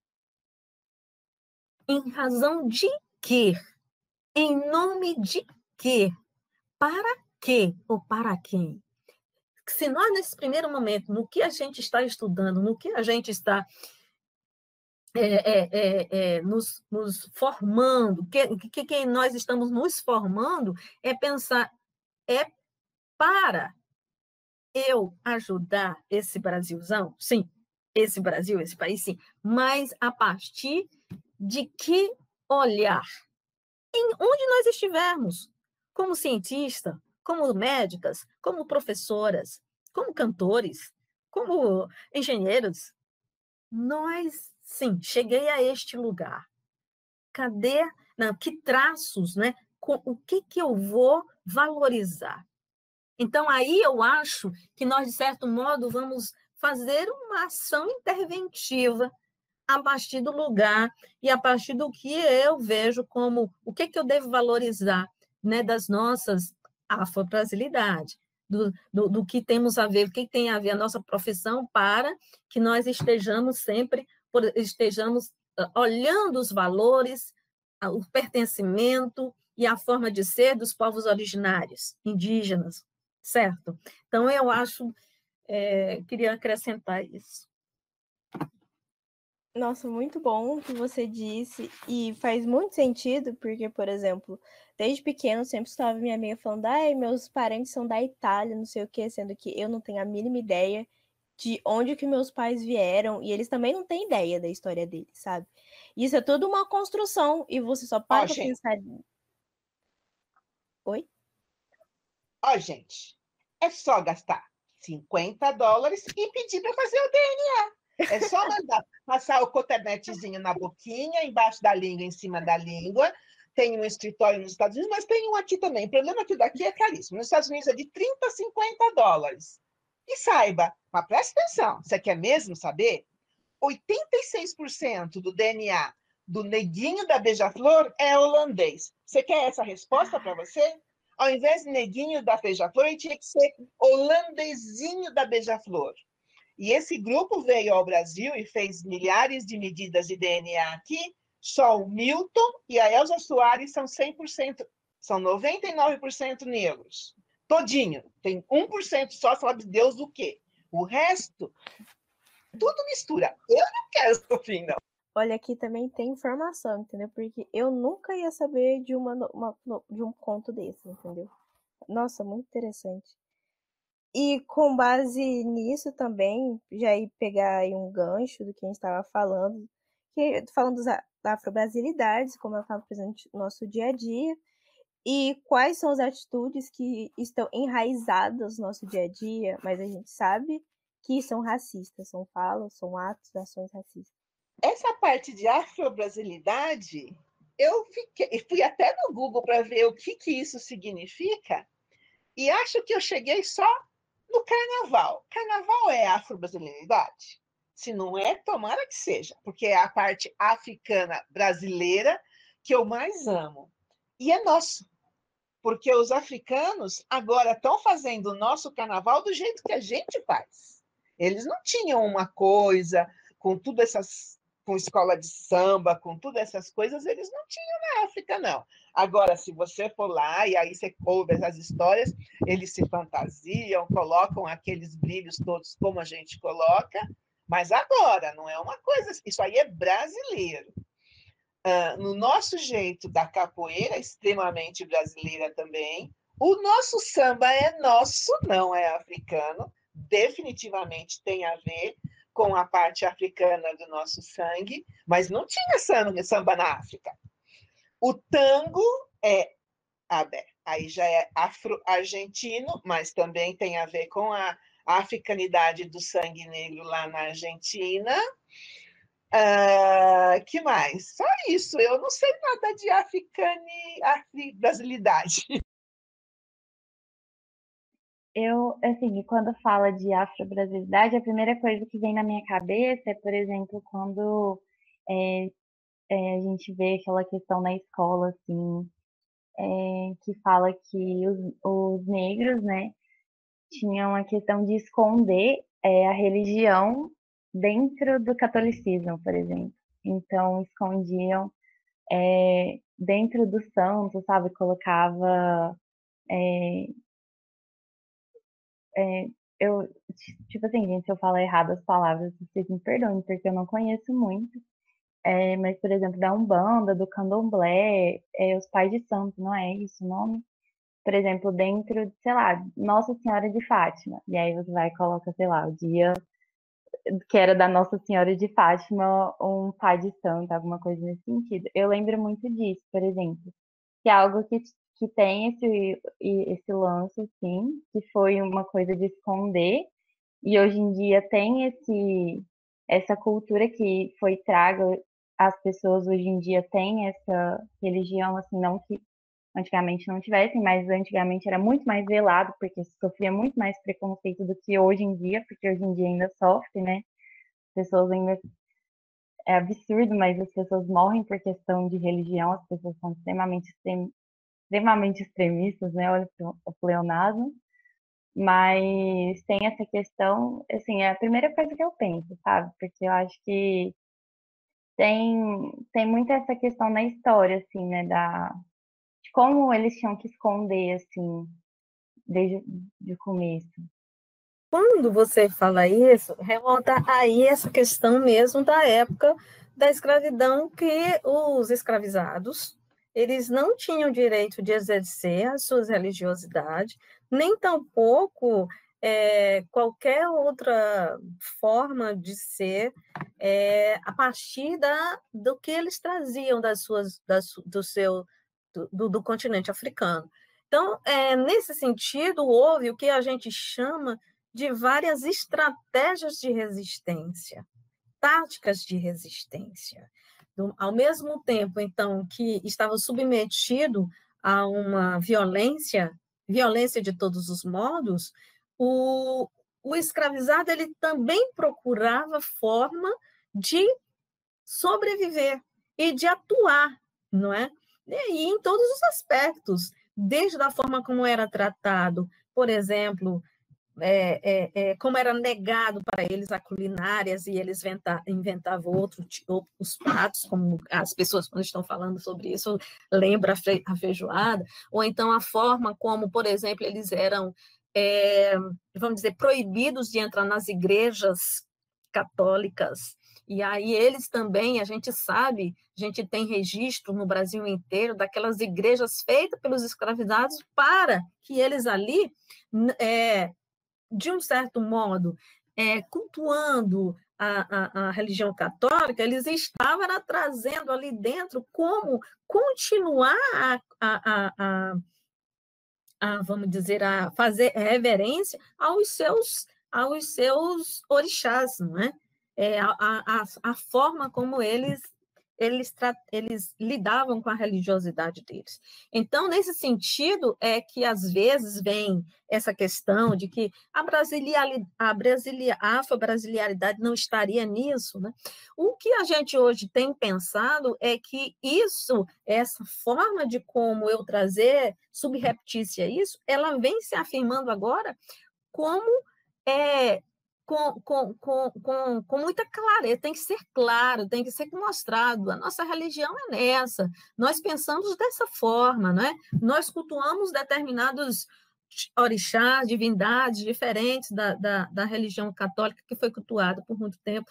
Em razão de quê? Em nome de quê? Para quê ou para quem? Se nós, nesse primeiro momento, no que a gente está estudando, no que a gente está é, é, é, é, nos, nos formando, que, que, que nós estamos nos formando, é pensar, é para eu ajudar esse Brasilzão? Sim, esse Brasil, esse país, sim, mas a partir de que olhar? Em onde nós estivermos, como cientista, como médicas, como professoras, como cantores, como engenheiros, nós, sim, cheguei a este lugar. Cadê, não, que traços, né? O que, que eu vou valorizar? Então, aí eu acho que nós, de certo modo, vamos fazer uma ação interventiva a partir do lugar e a partir do que eu vejo como o que, que eu devo valorizar, né, das nossas afro-brasilidade, do, do, do que temos a ver, o que tem a ver a nossa profissão para que nós estejamos sempre, estejamos olhando os valores, o pertencimento e a forma de ser dos povos originários, indígenas, certo? Então, eu acho, é, queria acrescentar isso. Nossa, muito bom o que você disse, e faz muito sentido, porque, por exemplo, desde pequeno sempre estava minha amiga falando, ai, meus parentes são da Itália, não sei o quê, sendo que eu não tenho a mínima ideia de onde que meus pais vieram, e eles também não têm ideia da história deles, sabe? Isso é tudo uma construção, e você só para Ó, pra gente, pensar... Oi? ó, gente, é só gastar cinquenta dólares e pedir para fazer o D N A. É só mandar passar o cotonetezinho na boquinha, embaixo da língua, em cima da língua. Tem um escritório nos Estados Unidos, mas tem um aqui também. O problema é que o daqui é caríssimo. Nos Estados Unidos é de trinta a cinquenta dólares. E saiba, mas preste atenção, você quer mesmo saber? oitenta e seis por cento do D N A do neguinho da beija-flor é holandês. Você quer essa resposta para você? Ao invés de neguinho da beija-flor, ele tinha que ser holandesinho da beija-flor. E esse grupo veio ao Brasil e fez milhares de medidas de D N A aqui. Só o Milton e a Elza Soares são cem por cento, são noventa e nove por cento negros. Todinho. Tem um por cento só, sabe Deus do quê? O resto, tudo mistura. Eu não quero Sofim, não. Olha, aqui também tem informação, entendeu? Porque eu nunca ia saber de, uma, uma, de um conto desse, entendeu? Nossa, muito interessante. E com base nisso também, já ir pegar aí um gancho do que a gente estava falando, que, falando das afro-brasilidades, como ela estava presente no nosso dia a dia, e quais são as atitudes que estão enraizadas no nosso dia a dia, mas a gente sabe que são racistas, são falas, são atos, ações racistas. Essa parte de afro-brasilidade, eu fiquei, fui até no Google para ver o que, que isso significa, e acho que eu cheguei só no carnaval. Carnaval é afro-brasilidade? Se não é, tomara que seja, porque é a parte africana brasileira que eu mais amo. E é nosso, porque os africanos agora estão fazendo o nosso carnaval do jeito que a gente faz. Eles não tinham uma coisa com tudo essas, com escola de samba, com todas essas coisas, eles não tinham na África, não. Agora, se você for lá e aí você ouve essas histórias, eles se fantasiam, colocam aqueles brilhos todos como a gente coloca, mas agora, não é uma coisa, isso aí é brasileiro. Uh, no nosso jeito da capoeira, extremamente brasileira também. O nosso samba é nosso, não é africano. Definitivamente tem a ver com a parte africana do nosso sangue, mas não tinha samba, samba na África. O tango é, aí já é afro-argentino, mas também tem a ver com a africanidade do sangue negro lá na Argentina. Uh, que mais? Só isso, eu não sei nada de africane, afro-brasilidade. Eu, assim, quando fala de afro-brasilidade, a primeira coisa que vem na minha cabeça é, por exemplo, quando é, é, a gente vê aquela questão na escola, assim, é, que fala que os, os negros, né, tinham a questão de esconder é, a religião dentro do catolicismo, por exemplo. Então, escondiam é, dentro do santo, sabe? Colocava. É, é, eu, tipo assim, gente, se eu falar errado as palavras, vocês me perdoem, porque eu não conheço muito. É, mas, por exemplo, da Umbanda, do Candomblé, é, os pais de santo, não é isso o nome? Por exemplo, dentro, de, sei lá, Nossa Senhora de Fátima. E aí você vai e coloca, sei lá, o dia que era da Nossa Senhora de Fátima, um pai de santo, alguma coisa nesse sentido. Eu lembro muito disso, por exemplo, que é algo que, que tem esse, esse lance, assim, que foi uma coisa de esconder, e hoje em dia tem esse, essa cultura que foi traga, as pessoas hoje em dia têm essa religião, assim, não que antigamente não tivessem, mas antigamente era muito mais velado, porque sofria muito mais preconceito do que hoje em dia, porque hoje em dia ainda sofre, né? As pessoas ainda. É absurdo, mas as pessoas morrem por questão de religião, as pessoas são extremamente, extrem... extremamente extremistas, né? Olha o pleonasmo. Mas tem essa questão, assim, é a primeira coisa que eu penso, sabe? Porque eu acho que tem, tem muito essa questão na história, assim, né? Da, como eles tinham que esconder, assim, desde o começo. Quando você fala isso, remonta aí essa questão mesmo da época da escravidão, que os escravizados, eles não tinham direito de exercer as suas religiosidades, nem tampouco é, qualquer outra forma de ser é, a partir da, do que eles traziam das suas, das, do, seu, do, do continente africano. Então, é, nesse sentido, houve o que a gente chama de várias estratégias de resistência, táticas de resistência. Ao mesmo tempo, então, que estava submetido a uma violência, violência de todos os modos, o, o escravizado ele também procurava forma de sobreviver e de atuar, não é? E em todos os aspectos, desde a forma como era tratado, por exemplo, É, é, é, como era negado para eles a culinárias, e eles inventa, inventavam outro, outros pratos, como as pessoas, quando estão falando sobre isso, lembram a feijoada, ou então a forma como, por exemplo, eles eram, é, vamos dizer, proibidos de entrar nas igrejas católicas. E aí eles também, a gente sabe, a gente tem registro no Brasil inteiro daquelas igrejas feitas pelos escravizados para que eles ali é, de um certo modo, é, cultuando a, a, a religião católica, eles estavam era, trazendo ali dentro como continuar a, a, a, a, vamos dizer, a fazer reverência aos seus, aos seus orixás, não é? É, a, a, a forma como eles Eles, eles lidavam com a religiosidade deles. Então, nesse sentido, é que, às vezes, vem essa questão de que a, brasilia, a, brasilia, a afro-brasiliaridade não estaria nisso. Né? O que a gente hoje tem pensado é que isso, essa forma de como eu trazer subreptícia isso, ela vem se afirmando agora como é, Com, com, com, com, com muita clareza, tem que ser claro, tem que ser mostrado. A nossa religião é nessa, nós pensamos dessa forma, não é? Nós cultuamos determinados orixás, divindades diferentes da, da, da religião católica, que foi cultuada por muito tempo,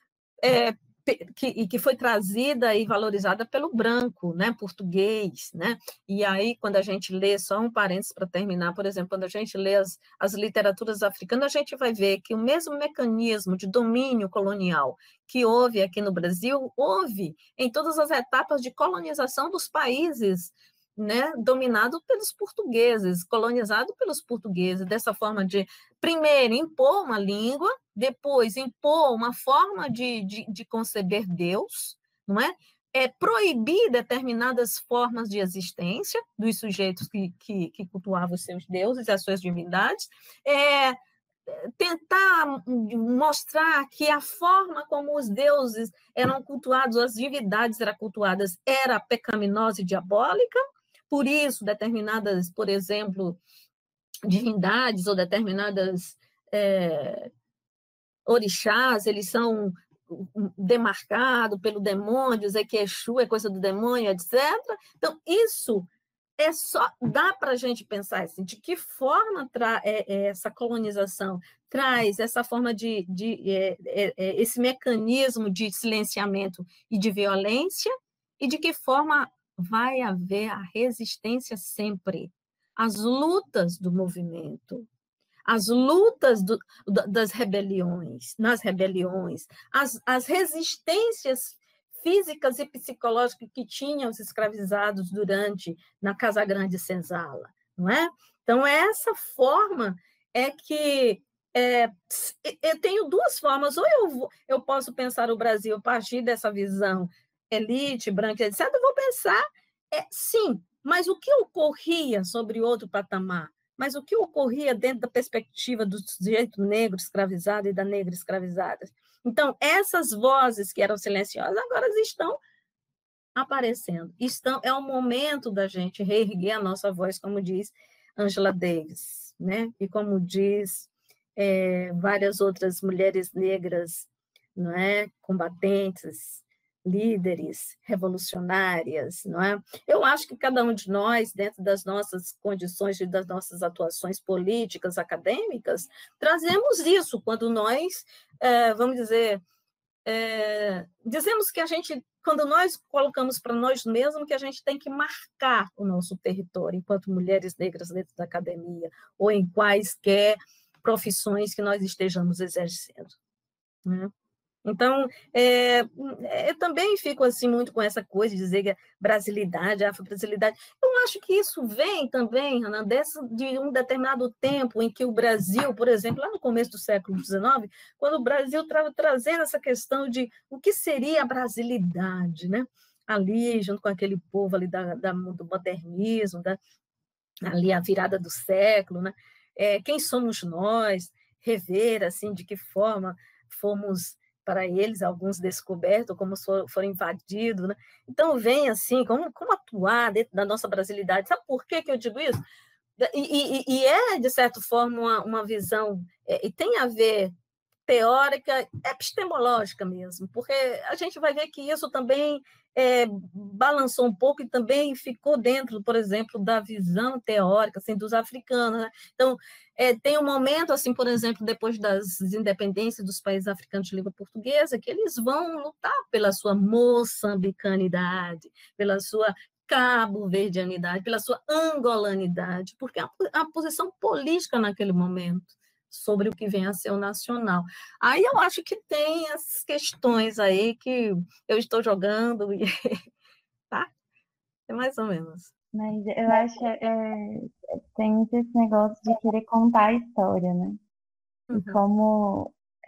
é, que, e que foi trazida e valorizada pelo branco, né, português, né? E aí, quando a gente lê, só um parênteses para terminar, por exemplo, quando a gente lê as, as literaturas africanas, a gente vai ver que o mesmo mecanismo de domínio colonial que houve aqui no Brasil, houve em todas as etapas de colonização dos países, né, dominado pelos portugueses, colonizado pelos portugueses, dessa forma de, primeiro, impor uma língua, depois, impor uma forma de, de, de conceber Deus, não é? É proibir determinadas formas de existência dos sujeitos que, que, que cultuavam os seus deuses e as suas divindades, é, tentar mostrar que a forma como os deuses eram cultuados, as divindades eram cultuadas, era pecaminosa e diabólica. Por isso, determinadas, por exemplo, divindades ou determinadas é, orixás, eles são demarcados pelo demônio, dizer que Exu é coisa do demônio, etcétera. Então, isso é só dá para a gente pensar assim, de que forma tra, é, é, essa colonização traz essa forma de, de é, é, esse mecanismo de silenciamento e de violência, e de que forma vai haver a resistência sempre, as lutas do movimento, as lutas do, das rebeliões, nas rebeliões, as, as resistências físicas e psicológicas que tinham os escravizados durante na Casa Grande Senzala, não é? Então, essa forma é que é, eu tenho duas formas, ou eu, eu posso pensar o Brasil a partir dessa visão elite, branca, etcétera, eu vou pensar, é, sim, mas o que ocorria sobre outro patamar? Mas o que ocorria dentro da perspectiva do sujeito negro escravizado e da negra escravizada? Então, essas vozes que eram silenciosas agora estão aparecendo. Estão, é o momento da gente reerguer a nossa voz, como diz Angela Davis, né? E como diz é, várias outras mulheres negras, não é? Combatentes, líderes revolucionárias, não é? Eu acho que cada um de nós, dentro das nossas condições e das nossas atuações políticas, acadêmicas, trazemos isso quando nós, é, vamos dizer, é, dizemos que a gente, quando nós colocamos para nós mesmos que a gente tem que marcar o nosso território enquanto mulheres negras dentro da academia ou em quaisquer profissões que nós estejamos exercendo, né? Então, é, eu também fico assim muito com essa coisa de dizer que a brasilidade, a afro-brasilidade. Eu acho que isso vem também, Ana, dessa, de um determinado tempo em que o Brasil, por exemplo, lá no começo do século dezenove, quando o Brasil estava trazendo essa questão de o que seria a brasilidade, né? Ali, junto com aquele povo ali da, da, do modernismo, da, ali a virada do século, né? É, quem somos nós? Rever, assim, de que forma fomos para eles, alguns descobertos, como foram invadidos, né? Então, vem assim, como, como atuar dentro da nossa brasilidade. Sabe por que, que eu digo isso? E, e, e é, de certa forma, uma, uma visão, é, e tem a ver teórica, epistemológica mesmo, porque a gente vai ver que isso também é, balançou um pouco e também ficou dentro, por exemplo, da visão teórica assim, dos africanos, né? Então, é, tem um momento, assim, por exemplo, depois das independências dos países africanos de língua portuguesa, que eles vão lutar pela sua moçambicanidade, pela sua cabo-verdianidade, pela sua angolanidade, porque a, a posição política naquele momento sobre o que vem a ser o nacional. Aí eu acho que tem essas questões aí que eu estou jogando, e tá? É mais ou menos. Mas eu acho que é, tem muito esse negócio de querer contar a história, né? Uhum. E como é,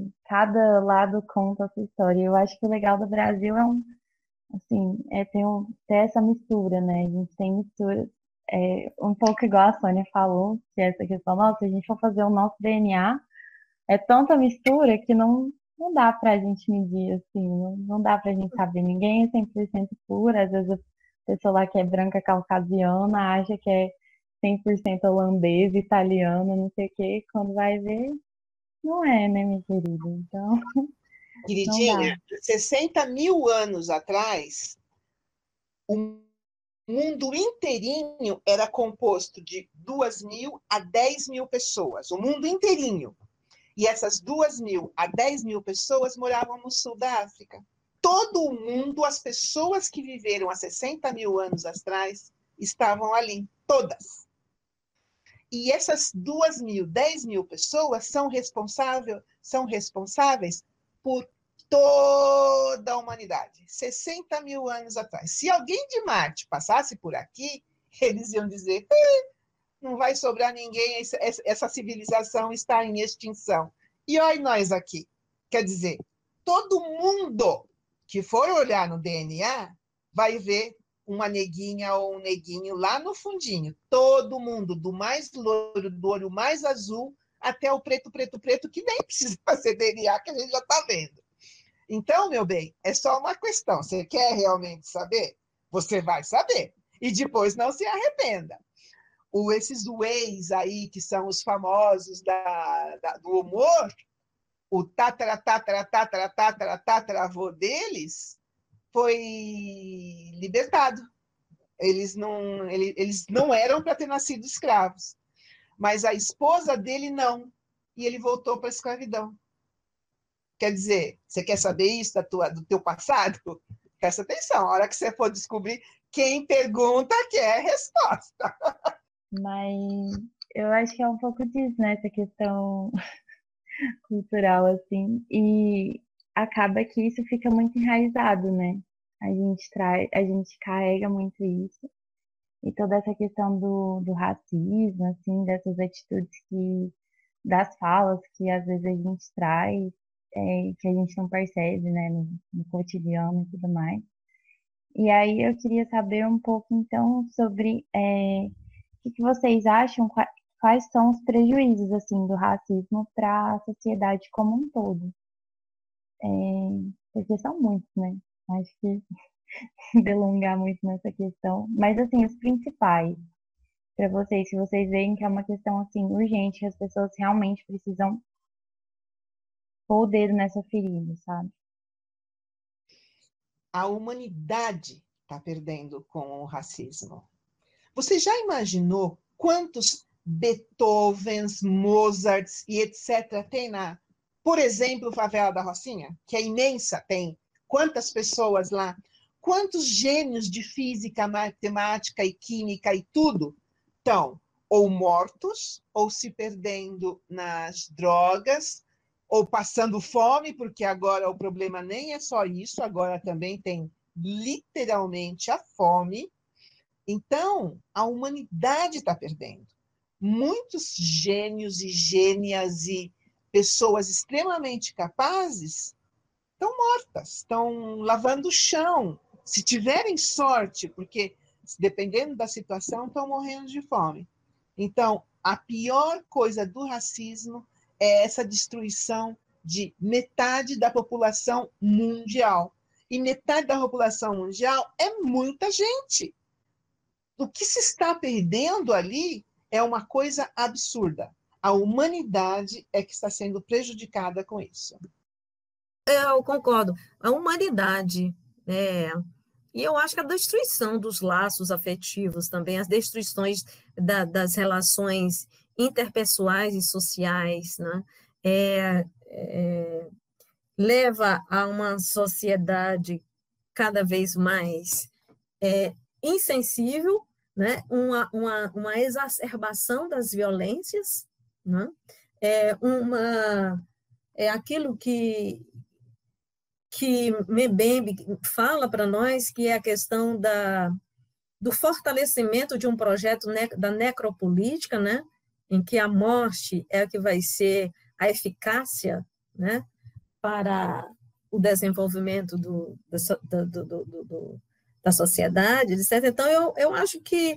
cada lado conta a sua história. Eu acho que o legal do Brasil é um, assim, é ter, um, ter essa mistura, né? A gente tem mistura, é, um pouco igual a Sônia falou, que é essa questão, nossa, se a gente for fazer o nosso D N A, é tanta mistura que não, não dá pra gente medir, assim, não, não dá pra gente saber. Ninguém é cem por cento pura, às vezes a pessoa lá que é branca caucasiana acha que é cem por cento holandês, italiano, não sei o quê, quando vai ver, não é, né, minha querida? Então, não dá. Queridinha, sessenta mil anos atrás, o mundo inteirinho era composto de duas mil a dez mil pessoas, o mundo inteirinho. E essas duas mil a dez mil pessoas moravam no sul da África. Todo o mundo, as pessoas que viveram há sessenta mil anos atrás, estavam ali, todas. E essas duas mil, dez mil pessoas são, responsável, são responsáveis por toda a humanidade, sessenta mil anos atrás. Se alguém de Marte passasse por aqui, eles iam dizer, não vai sobrar ninguém, essa civilização está em extinção. E olha nós aqui. Quer dizer, todo mundo que for olhar no D N A vai ver uma neguinha ou um neguinho lá no fundinho. Todo mundo, do mais loiro, do olho mais azul, até o preto, preto, preto, que nem precisa fazer D N A, que a gente já está vendo. Então, meu bem, é só uma questão. Você quer realmente saber? Você vai saber. E depois não se arrependa. O, esses ways aí, que são os famosos da, da, do humor, o tatara, tatara, tatara, tatara, tataravô deles foi libertado. Eles não, ele, eles não eram para ter nascido escravos, mas a esposa dele não, e ele voltou para a escravidão. Quer dizer, você quer saber isso da tua, do teu passado? Presta atenção, a hora que você for descobrir, quem pergunta quer resposta. Mas eu acho que é um pouco disso, né? Essa questão cultural, assim. E acaba que isso fica muito enraizado, né? A gente traz, a gente carrega muito isso. E toda essa questão do, do racismo, assim, dessas atitudes que, das falas que às vezes a gente traz, é, que a gente não percebe, né, no, no cotidiano e tudo mais. E aí eu queria saber um pouco, então, sobre é, o que, que vocês acham, qua- quais são os prejuízos, assim, do racismo para a sociedade como um todo. É, porque são muitos, né? Acho que delongar muito nessa questão. Mas, assim, os principais, para vocês, se vocês veem que é uma questão, assim, urgente, que as pessoas realmente precisam pôr o dedo nessa ferida, sabe? a humanidade está perdendo com o racismo. Você já imaginou quantos Beethovens, Mozarts e etcétera tem na, por exemplo, Favela da Rocinha, que é imensa, tem quantas pessoas lá, quantos gênios de física, matemática e química e tudo estão ou mortos, ou se perdendo nas drogas, ou passando fome, porque agora o problema nem é só isso, agora também tem literalmente a fome. Então, a humanidade está perdendo. Muitos gênios e gênias e pessoas extremamente capazes estão mortas, estão lavando o chão, se tiverem sorte, porque, dependendo da situação, estão morrendo de fome. Então, a pior coisa do racismo é essa destruição de metade da população mundial. E metade da população mundial é muita gente. O que se está perdendo ali é uma coisa absurda. A humanidade é que está sendo prejudicada com isso. Eu concordo. A humanidade, é, e eu acho que a destruição dos laços afetivos também, as destruições da, das relações interpessoais e sociais, né, é, é, leva a uma sociedade cada vez mais é, insensível, né, uma, uma, uma exacerbação das violências, né, é, uma, é aquilo que que Mbembe fala para nós, que é a questão da, do fortalecimento de um projeto ne, da necropolítica, né, em que a morte é o que vai ser a eficácia, né, para o desenvolvimento do, da, do, do, do, do, da sociedade, etcétera. Então, eu, eu acho que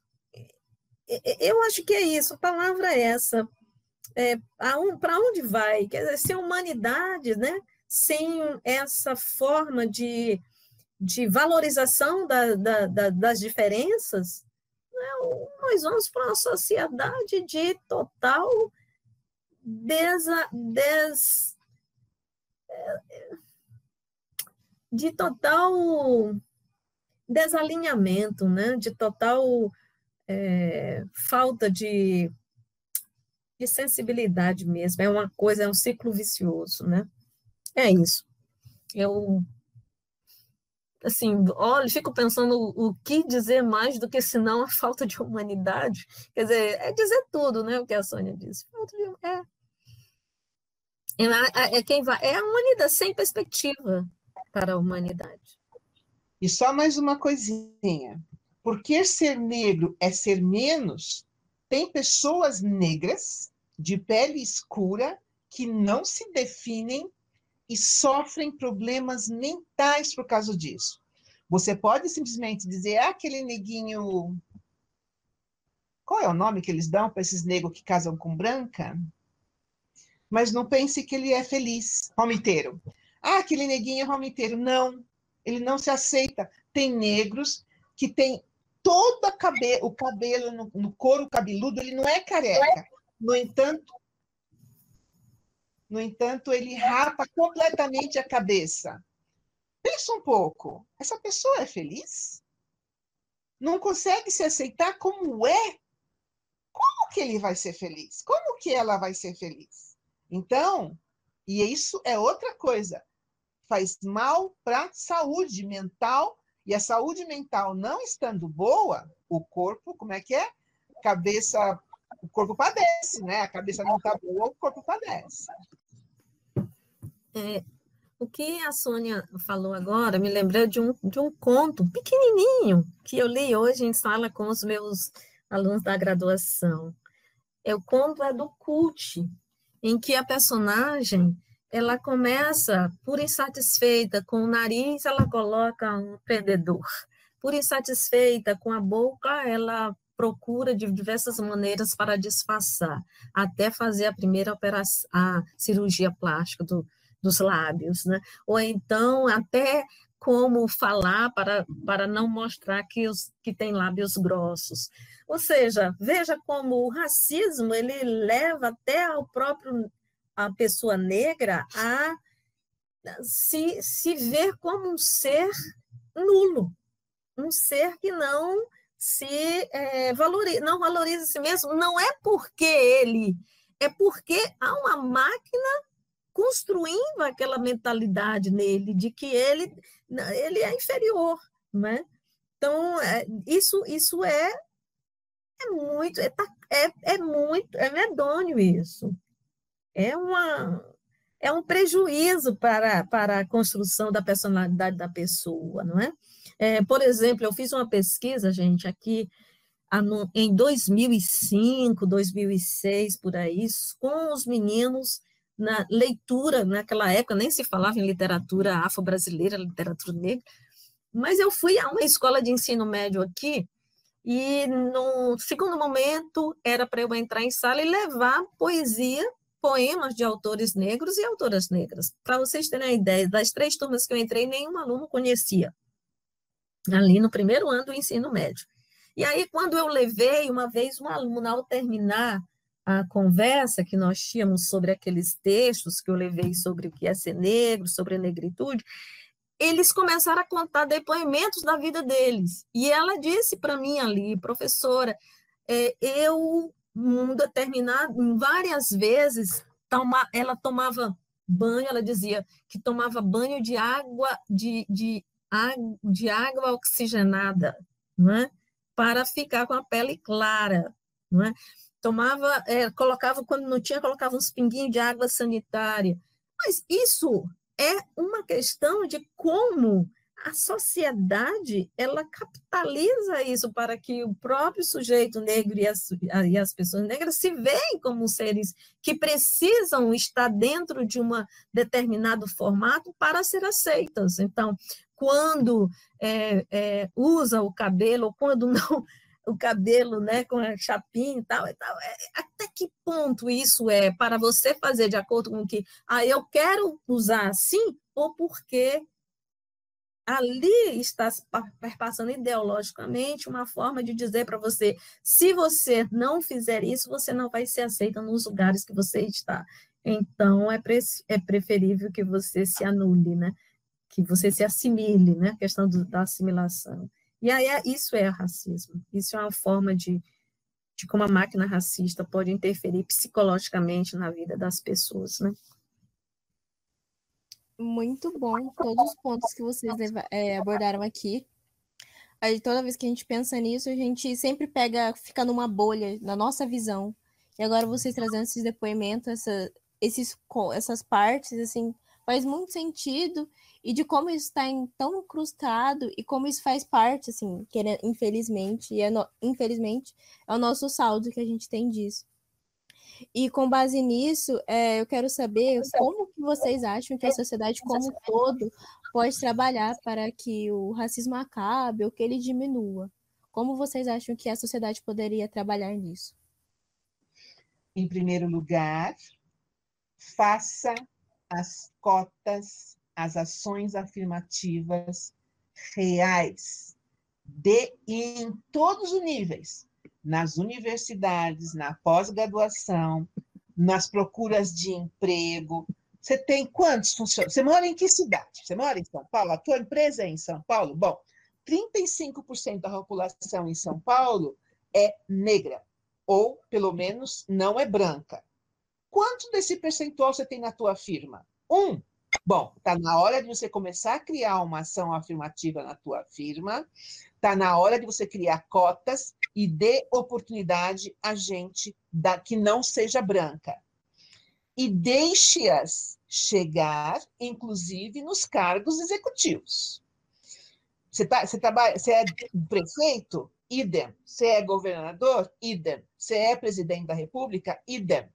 eu acho que é isso, a palavra é essa. É, para onde vai? Quer dizer, se a humanidade, né, sem essa forma de, de valorização da, da, da, das diferenças, né, nós vamos para uma sociedade de total desa, des, de total desalinhamento, né, de total é, falta de, de sensibilidade mesmo. É uma coisa, é um ciclo vicioso, né? É isso. Eu, assim, olha, fico pensando o, o que dizer mais do que senão a falta de humanidade. Quer dizer, é dizer tudo, né? O que a Sônia disse. Falta de, é, é, é, quem vai, é a humanidade sem perspectiva para a humanidade. E só mais uma coisinha. Porque ser negro é ser menos, tem pessoas negras de pele escura que não se definem e sofrem problemas mentais por causa disso. Você pode simplesmente dizer, ah, aquele neguinho... Qual é o nome que eles dão para esses negros que casam com branca? Mas não pense que ele é feliz, romiteiro. Ah, aquele neguinho é romiteiro. Não, ele não se aceita. Tem negros que têm todo a cabe... o cabelo no, no couro cabeludo, ele não é careca. No entanto, No entanto, ele rapa completamente a cabeça. Pensa um pouco. Essa pessoa é feliz? Não consegue se aceitar como é? Como que ele vai ser feliz? Como que ela vai ser feliz? Então, e isso é outra coisa. Faz mal para a saúde mental. E a saúde mental não estando boa, o corpo, como é que é? Cabeça, o corpo padece, né? A cabeça não está boa, o corpo padece. É, o que a Sônia falou agora me lembrou de um, de um conto pequenininho que eu li hoje em sala com os meus alunos da graduação. É, o conto é do Cult, em que a personagem ela começa por insatisfeita com o nariz, ela coloca um prendedor. Por insatisfeita com a boca, ela procura de diversas maneiras para disfarçar, até fazer a primeira operação, a cirurgia plástica do dos lábios, né? Ou então até como falar para, para não mostrar que, os, que tem lábios grossos. Ou seja, veja como o racismo ele leva até ao próprio a pessoa negra a se, se ver como um ser nulo, um ser que não se é, valoriza, não valoriza a si mesmo. Não é porque ele, é porque há uma máquina construindo aquela mentalidade nele de que ele, ele é inferior, né? Então, é, isso, isso é, é muito, é, é, é muito, é medonho isso. É, uma, é um prejuízo para, para a construção da personalidade da pessoa, não é? É, por exemplo, eu fiz uma pesquisa, gente, aqui em dois mil e cinco, dois mil e seis, por aí, com os meninos na leitura, naquela época nem se falava em literatura afro-brasileira, literatura negra, mas eu fui a uma escola de ensino médio aqui, e no segundo momento era para eu entrar em sala e levar poesia, poemas de autores negros e autoras negras. Para vocês terem a ideia, das três turmas que eu entrei, nenhum aluno conhecia, ali no primeiro ano do ensino médio. E aí, quando eu levei, uma vez, um aluno, ao terminar a conversa que nós tínhamos sobre aqueles textos que eu levei sobre o que é ser negro, sobre a negritude, eles começaram a contar depoimentos da vida deles. E ela disse para mim ali, professora, é, eu, um determinado, várias vezes, toma, ela tomava banho, ela dizia que tomava banho de água, de, de, de água oxigenada, não é? Para ficar com a pele clara, não é? Tomava, é, colocava, quando não tinha, colocava uns pinguinhos de água sanitária. Mas isso é uma questão de como a sociedade ela capitaliza isso para que o próprio sujeito negro e as, e as pessoas negras se veem como seres que precisam estar dentro de um determinado formato para ser aceitas. Então, quando é, é, usa o cabelo, ou quando não, o cabelo, né, com a chapinha e tal, e tal, é, até que ponto isso é para você fazer de acordo com o que, ah, eu quero usar assim, ou porque ali está perpassando ideologicamente uma forma de dizer para você, se você não fizer isso, você não vai ser aceita nos lugares que você está. Então, é, pre é preferível que você se anule, né? Que você se assimile, né? A questão do, da assimilação. E aí, é, isso é racismo. Isso é uma forma de, de como a máquina racista pode interferir psicologicamente na vida das pessoas, né? Muito bom todos os pontos que vocês é, abordaram aqui. Aí, toda vez que a gente pensa nisso, a gente sempre pega, fica numa bolha, na nossa visão. E agora vocês trazendo esses depoimentos, essa, esses, essas partes, assim, faz muito sentido. E de como isso está tão incrustado e como isso faz parte, assim, que é, infelizmente, e é no, infelizmente, é o nosso saldo que a gente tem disso. E com base nisso, é, eu quero saber como que vocês acham que a sociedade como um todo pode trabalhar para que o racismo acabe ou que ele diminua. Como vocês acham que a sociedade poderia trabalhar nisso? Em primeiro lugar, faça as cotas, as ações afirmativas reais, de, em todos os níveis, nas universidades, na pós-graduação, nas procuras de emprego. Você tem quantos funcionários? Você mora em que cidade? Você mora em São Paulo? A tua empresa é em São Paulo? Bom, trinta e cinco por cento da população em São Paulo é negra, ou, pelo menos, não é branca. Quanto desse percentual você tem na tua firma? Um. Bom, está na hora de você começar a criar uma ação afirmativa na tua firma, está na hora de você criar cotas e dê oportunidade a gente da, que não seja branca. E deixe-as chegar, inclusive, nos cargos executivos. Você, tá, você, trabalha, você é prefeito? Idem. Você é governador? Idem. Você é presidente da República? Idem.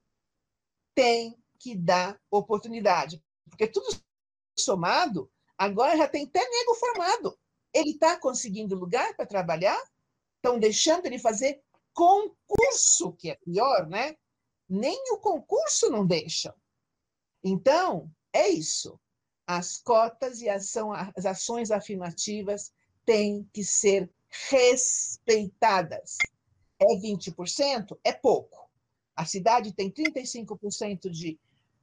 Tem que dar oportunidade, porque tudo somado, agora já tem até nego formado. Ele está conseguindo lugar para trabalhar? Estão deixando ele fazer concurso, que é pior, né? Nem o concurso não deixam. Então, é isso. As cotas e ação, as ações afirmativas têm que ser respeitadas. É vinte por cento? É pouco. A cidade tem trinta e cinco por cento de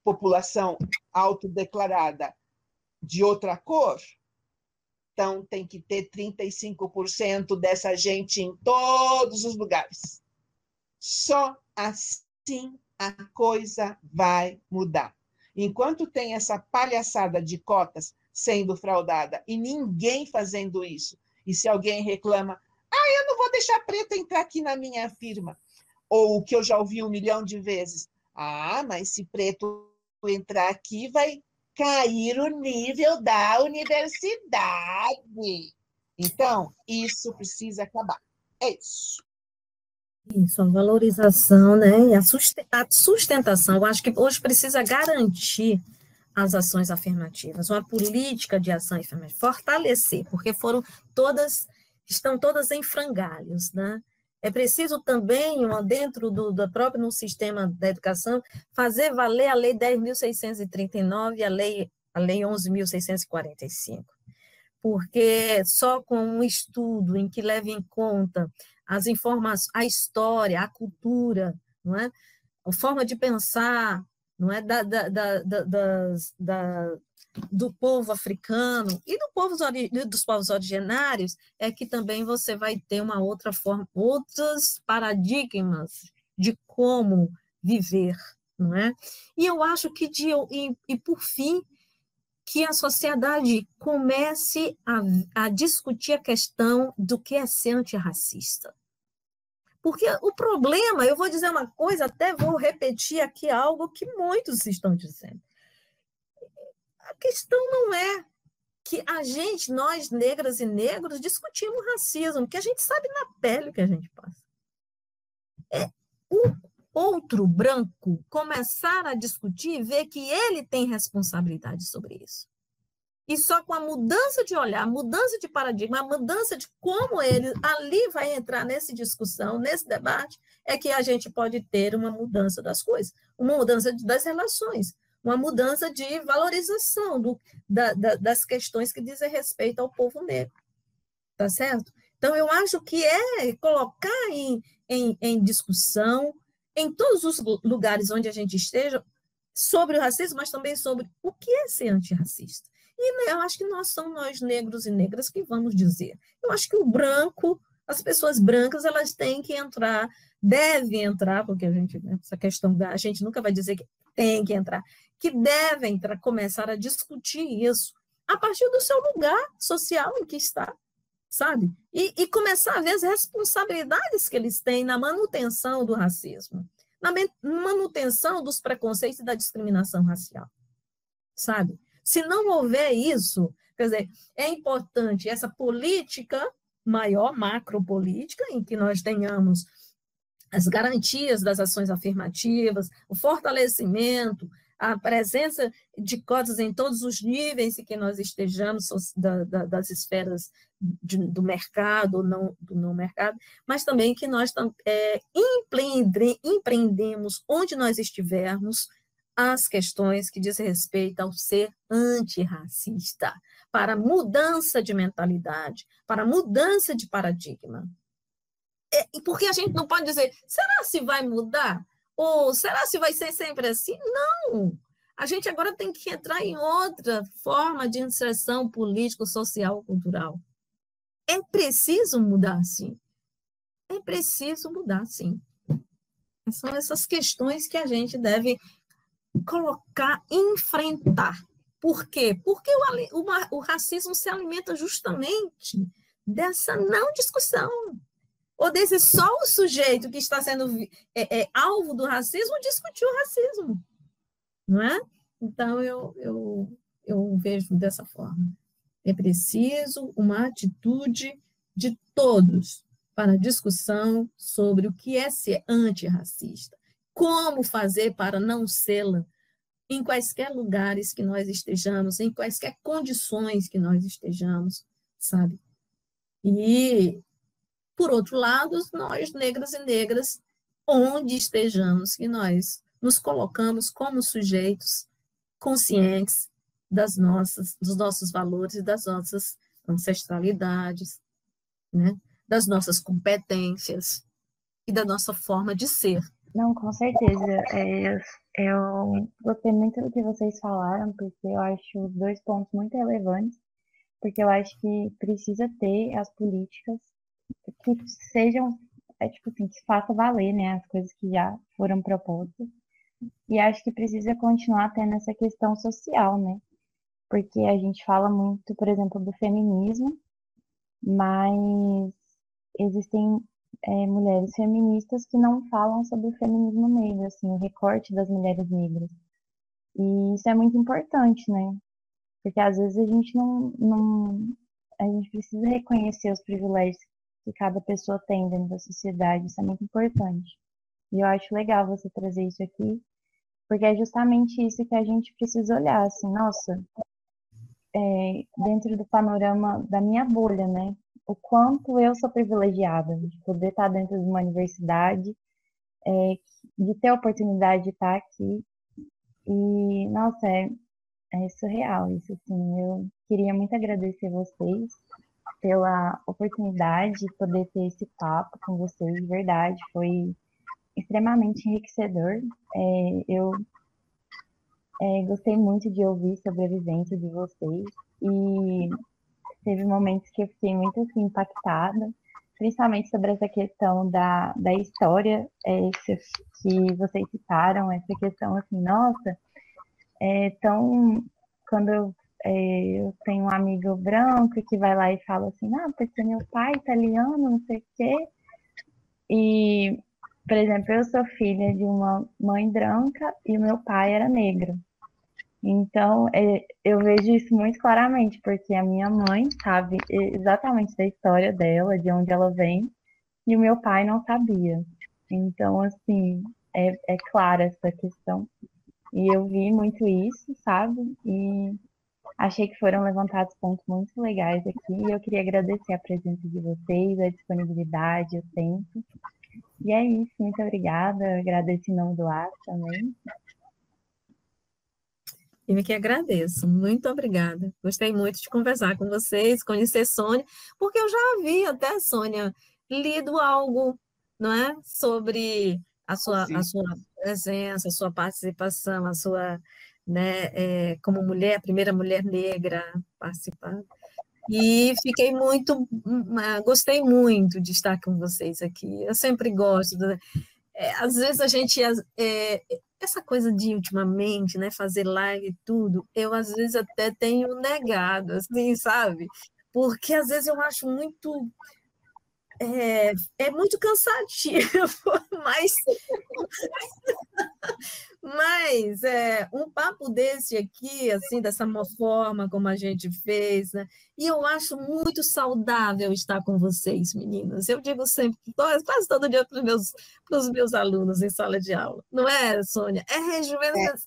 população autodeclarada de outra cor, então tem que ter trinta e cinco por cento dessa gente em todos os lugares. Só assim a coisa vai mudar. Enquanto tem essa palhaçada de cotas sendo fraudada e ninguém fazendo isso, e se alguém reclama, ah, eu não vou deixar preto entrar aqui na minha firma, ou o que eu já ouvi um milhão de vezes, ah, mas se preto entrar aqui vai cair o nível da universidade. Então, isso precisa acabar. É isso. Isso, a valorização, né, e a sustentação. Eu acho que hoje precisa garantir as ações afirmativas, uma política de ação afirmativa, fortalecer, porque foram todas, estão todas em frangalhos, né? É preciso também, dentro do, do próprio no sistema da educação, fazer valer a Lei dez mil seiscentos e trinta e nove e a Lei, a lei onze mil seiscentos e quarenta e cinco, porque só com um estudo em que leve em conta as informações, a história, a cultura, não é? A forma de pensar, não é? da, da, da, da, das, da, do povo africano e do povo, dos povos originários, é que também você vai ter uma outra forma, outros paradigmas de como viver, não é? E eu acho que, de, e, e por fim, que a sociedade comece a, a discutir a questão do que é ser antirracista. Porque o problema, eu vou dizer uma coisa, até vou repetir aqui algo que muitos estão dizendo. A questão não é que a gente, nós negras e negros, discutimos racismo, que a gente sabe na pele que a gente passa. É o outro branco começar a discutir e ver que ele tem responsabilidade sobre isso. E só com a mudança de olhar, a mudança de paradigma, a mudança de como ele ali vai entrar nessa discussão, nesse debate, é que a gente pode ter uma mudança das coisas, uma mudança das relações, uma mudança de valorização do, da, da, das questões que dizem respeito ao povo negro. Tá certo? Então, eu acho que é colocar em, em, em discussão, em todos os lugares onde a gente esteja, sobre o racismo, mas também sobre o que é ser antirracista. E eu acho que nós somos nós negros e negras que vamos dizer. Eu acho que o branco, as pessoas brancas, elas têm que entrar, devem entrar, porque a gente, né, essa questão da, a gente nunca vai dizer que tem que entrar, que devem entrar, começar a discutir isso a partir do seu lugar social em que está, sabe? E, e começar a ver as responsabilidades que eles têm na manutenção do racismo, na manutenção dos preconceitos e da discriminação racial, sabe? Se não houver isso, quer dizer, é importante essa política maior, macropolítica, em que nós tenhamos as garantias das ações afirmativas, o fortalecimento, a presença de cotas em todos os níveis em que nós estejamos, da, da, das esferas de, do mercado ou não, do não mercado, mas também que nós é, empreende, empreendemos onde nós estivermos, as questões que dizem respeito ao ser antirracista, para mudança de mentalidade, para mudança de paradigma. É, porque a gente não pode dizer, será se vai mudar? Ou será se vai ser sempre assim? Não! A gente agora tem que entrar em outra forma de inserção político, social, cultural. É preciso mudar, sim. É preciso mudar, sim. São essas questões que a gente deve colocar, enfrentar. Por quê? Porque o, o, o racismo se alimenta justamente dessa não discussão, ou desse só o sujeito que está sendo é, é, alvo do racismo discutir o racismo, não é? Então, eu, eu, eu vejo dessa forma. É preciso uma atitude de todos para a discussão sobre o que é ser antirracista. Como fazer para não sê-la em quaisquer lugares que nós estejamos, em quaisquer condições que nós estejamos, sabe? E, por outro lado, nós, negras e negras, onde estejamos, que nós nos colocamos como sujeitos conscientes das nossas, dos nossos valores e das nossas ancestralidades, né? Das nossas competências e da nossa forma de ser, Não, com certeza. É, eu, eu gostei muito do que vocês falaram, porque eu acho os dois pontos muito relevantes, porque eu acho que precisa ter as políticas que sejam, é, tipo assim, que faça valer, né, as coisas que já foram propostas. E acho que precisa continuar tendo essa questão social, né? Porque a gente fala muito, por exemplo, do feminismo, mas existem é, mulheres feministas que não falam sobre o feminismo negro, assim, o recorte das mulheres negras. E isso é muito importante, né? Porque às vezes a gente não, não, a gente precisa reconhecer os privilégios que cada pessoa tem dentro da sociedade, isso é muito importante. E eu acho legal você trazer isso aqui, porque é justamente isso que a gente precisa olhar, assim, nossa, é, dentro do panorama da minha bolha, né? O quanto eu sou privilegiada de poder estar dentro de uma universidade, é, de ter a oportunidade de estar aqui. E, nossa, é, é surreal isso, assim. Eu queria muito agradecer vocês pela oportunidade de poder ter esse papo com vocês, de verdade, foi extremamente enriquecedor. É, eu é, gostei muito de ouvir sobre a vivência de vocês e teve momentos que eu fiquei muito assim, impactada, principalmente sobre essa questão da, da história é, que, que vocês citaram, essa questão assim, nossa, é tão. Quando eu, é, eu tenho um amigo branco que vai lá e fala assim, ah, porque meu pai é italiano, não sei o quê. E, por exemplo, eu sou filha de uma mãe branca e o meu pai era negro. Então, é, eu vejo isso muito claramente, porque a minha mãe sabe exatamente da história dela, de onde ela vem, e o meu pai não sabia. Então, assim, é, é clara essa questão. E eu vi muito isso, sabe? E achei que foram levantados pontos muito legais aqui. E eu queria agradecer a presença de vocês, a disponibilidade, o tempo. E é isso, muito obrigada. Agradeço em nome do Ar também. Eu que agradeço, muito obrigada. Gostei muito de conversar com vocês, conhecer Sônia, porque eu já havia até, Sônia, lido algo, não é? Sobre a sua, a sua presença, a sua participação, a sua, né, é, como mulher, a primeira mulher negra a participar. E fiquei muito, gostei muito de estar com vocês aqui. Eu sempre gosto, de, é, às vezes a gente, é, essa coisa de ultimamente, né, fazer live e tudo, eu às vezes até tenho negado, assim, sabe? Porque às vezes eu acho muito, é, é muito cansativo, mas Mas é, um papo desse aqui, assim, dessa forma como a gente fez, né? E eu acho muito saudável estar com vocês, meninas. Eu digo sempre, quase todo dia para os meus, pros meus alunos em sala de aula. Não é, Sônia? É rejuvenescer.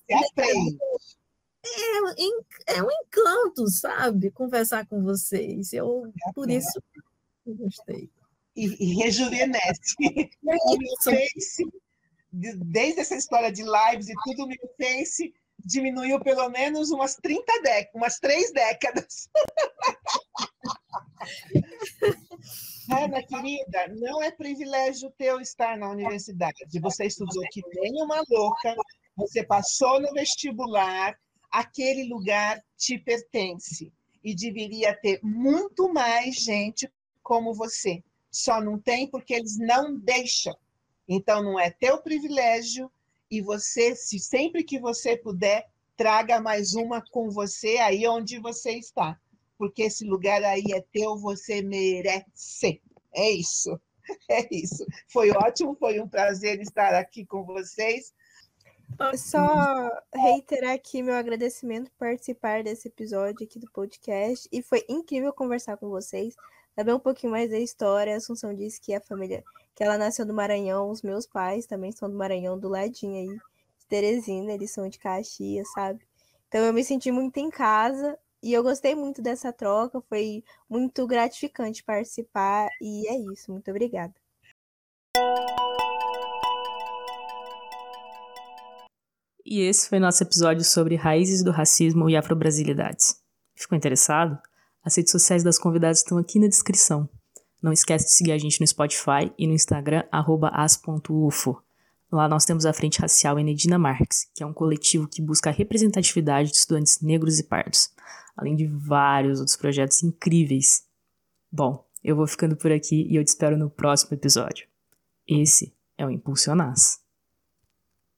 É, é um encanto, sabe? Conversar com vocês. Eu, por isso, eu gostei. E, e rejuvenesce. O meu Face, desde essa história de lives e tudo, o meu Face diminuiu pelo menos umas trinta décadas, umas três décadas. Ana, querida, não é privilégio teu estar na universidade. Você estudou que nem uma louca, você passou no vestibular, aquele lugar te pertence. E deveria ter muito mais gente como você. Só não tem porque eles não deixam. Então, não é teu privilégio e você, se sempre que você puder, traga mais uma com você aí onde você está. Porque esse lugar aí é teu, você merece. É isso, é isso. Foi ótimo, foi um prazer estar aqui com vocês. Só reiterar aqui meu agradecimento por participar desse episódio aqui do podcast. E foi incrível conversar com vocês, saber um pouquinho mais da história. A Assunção disse que a família, que ela nasceu do Maranhão, os meus pais também são do Maranhão, do ladinho aí, de Teresina, eles são de Caxias, sabe? Então eu me senti muito em casa e eu gostei muito dessa troca, foi muito gratificante participar e é isso, muito obrigada. E esse foi nosso episódio sobre raízes do racismo e afrobrasilidades. Ficou interessado? As redes sociais das convidadas estão aqui na descrição. Não esquece de seguir a gente no Spotify e no Instagram, arroba as ponto ufo. Lá nós temos a Frente Racial Enedina Marques, que é um coletivo que busca a representatividade de estudantes negros e pardos, além de vários outros projetos incríveis. Bom, eu vou ficando por aqui e eu te espero no próximo episódio. Esse é o Impulsionaz.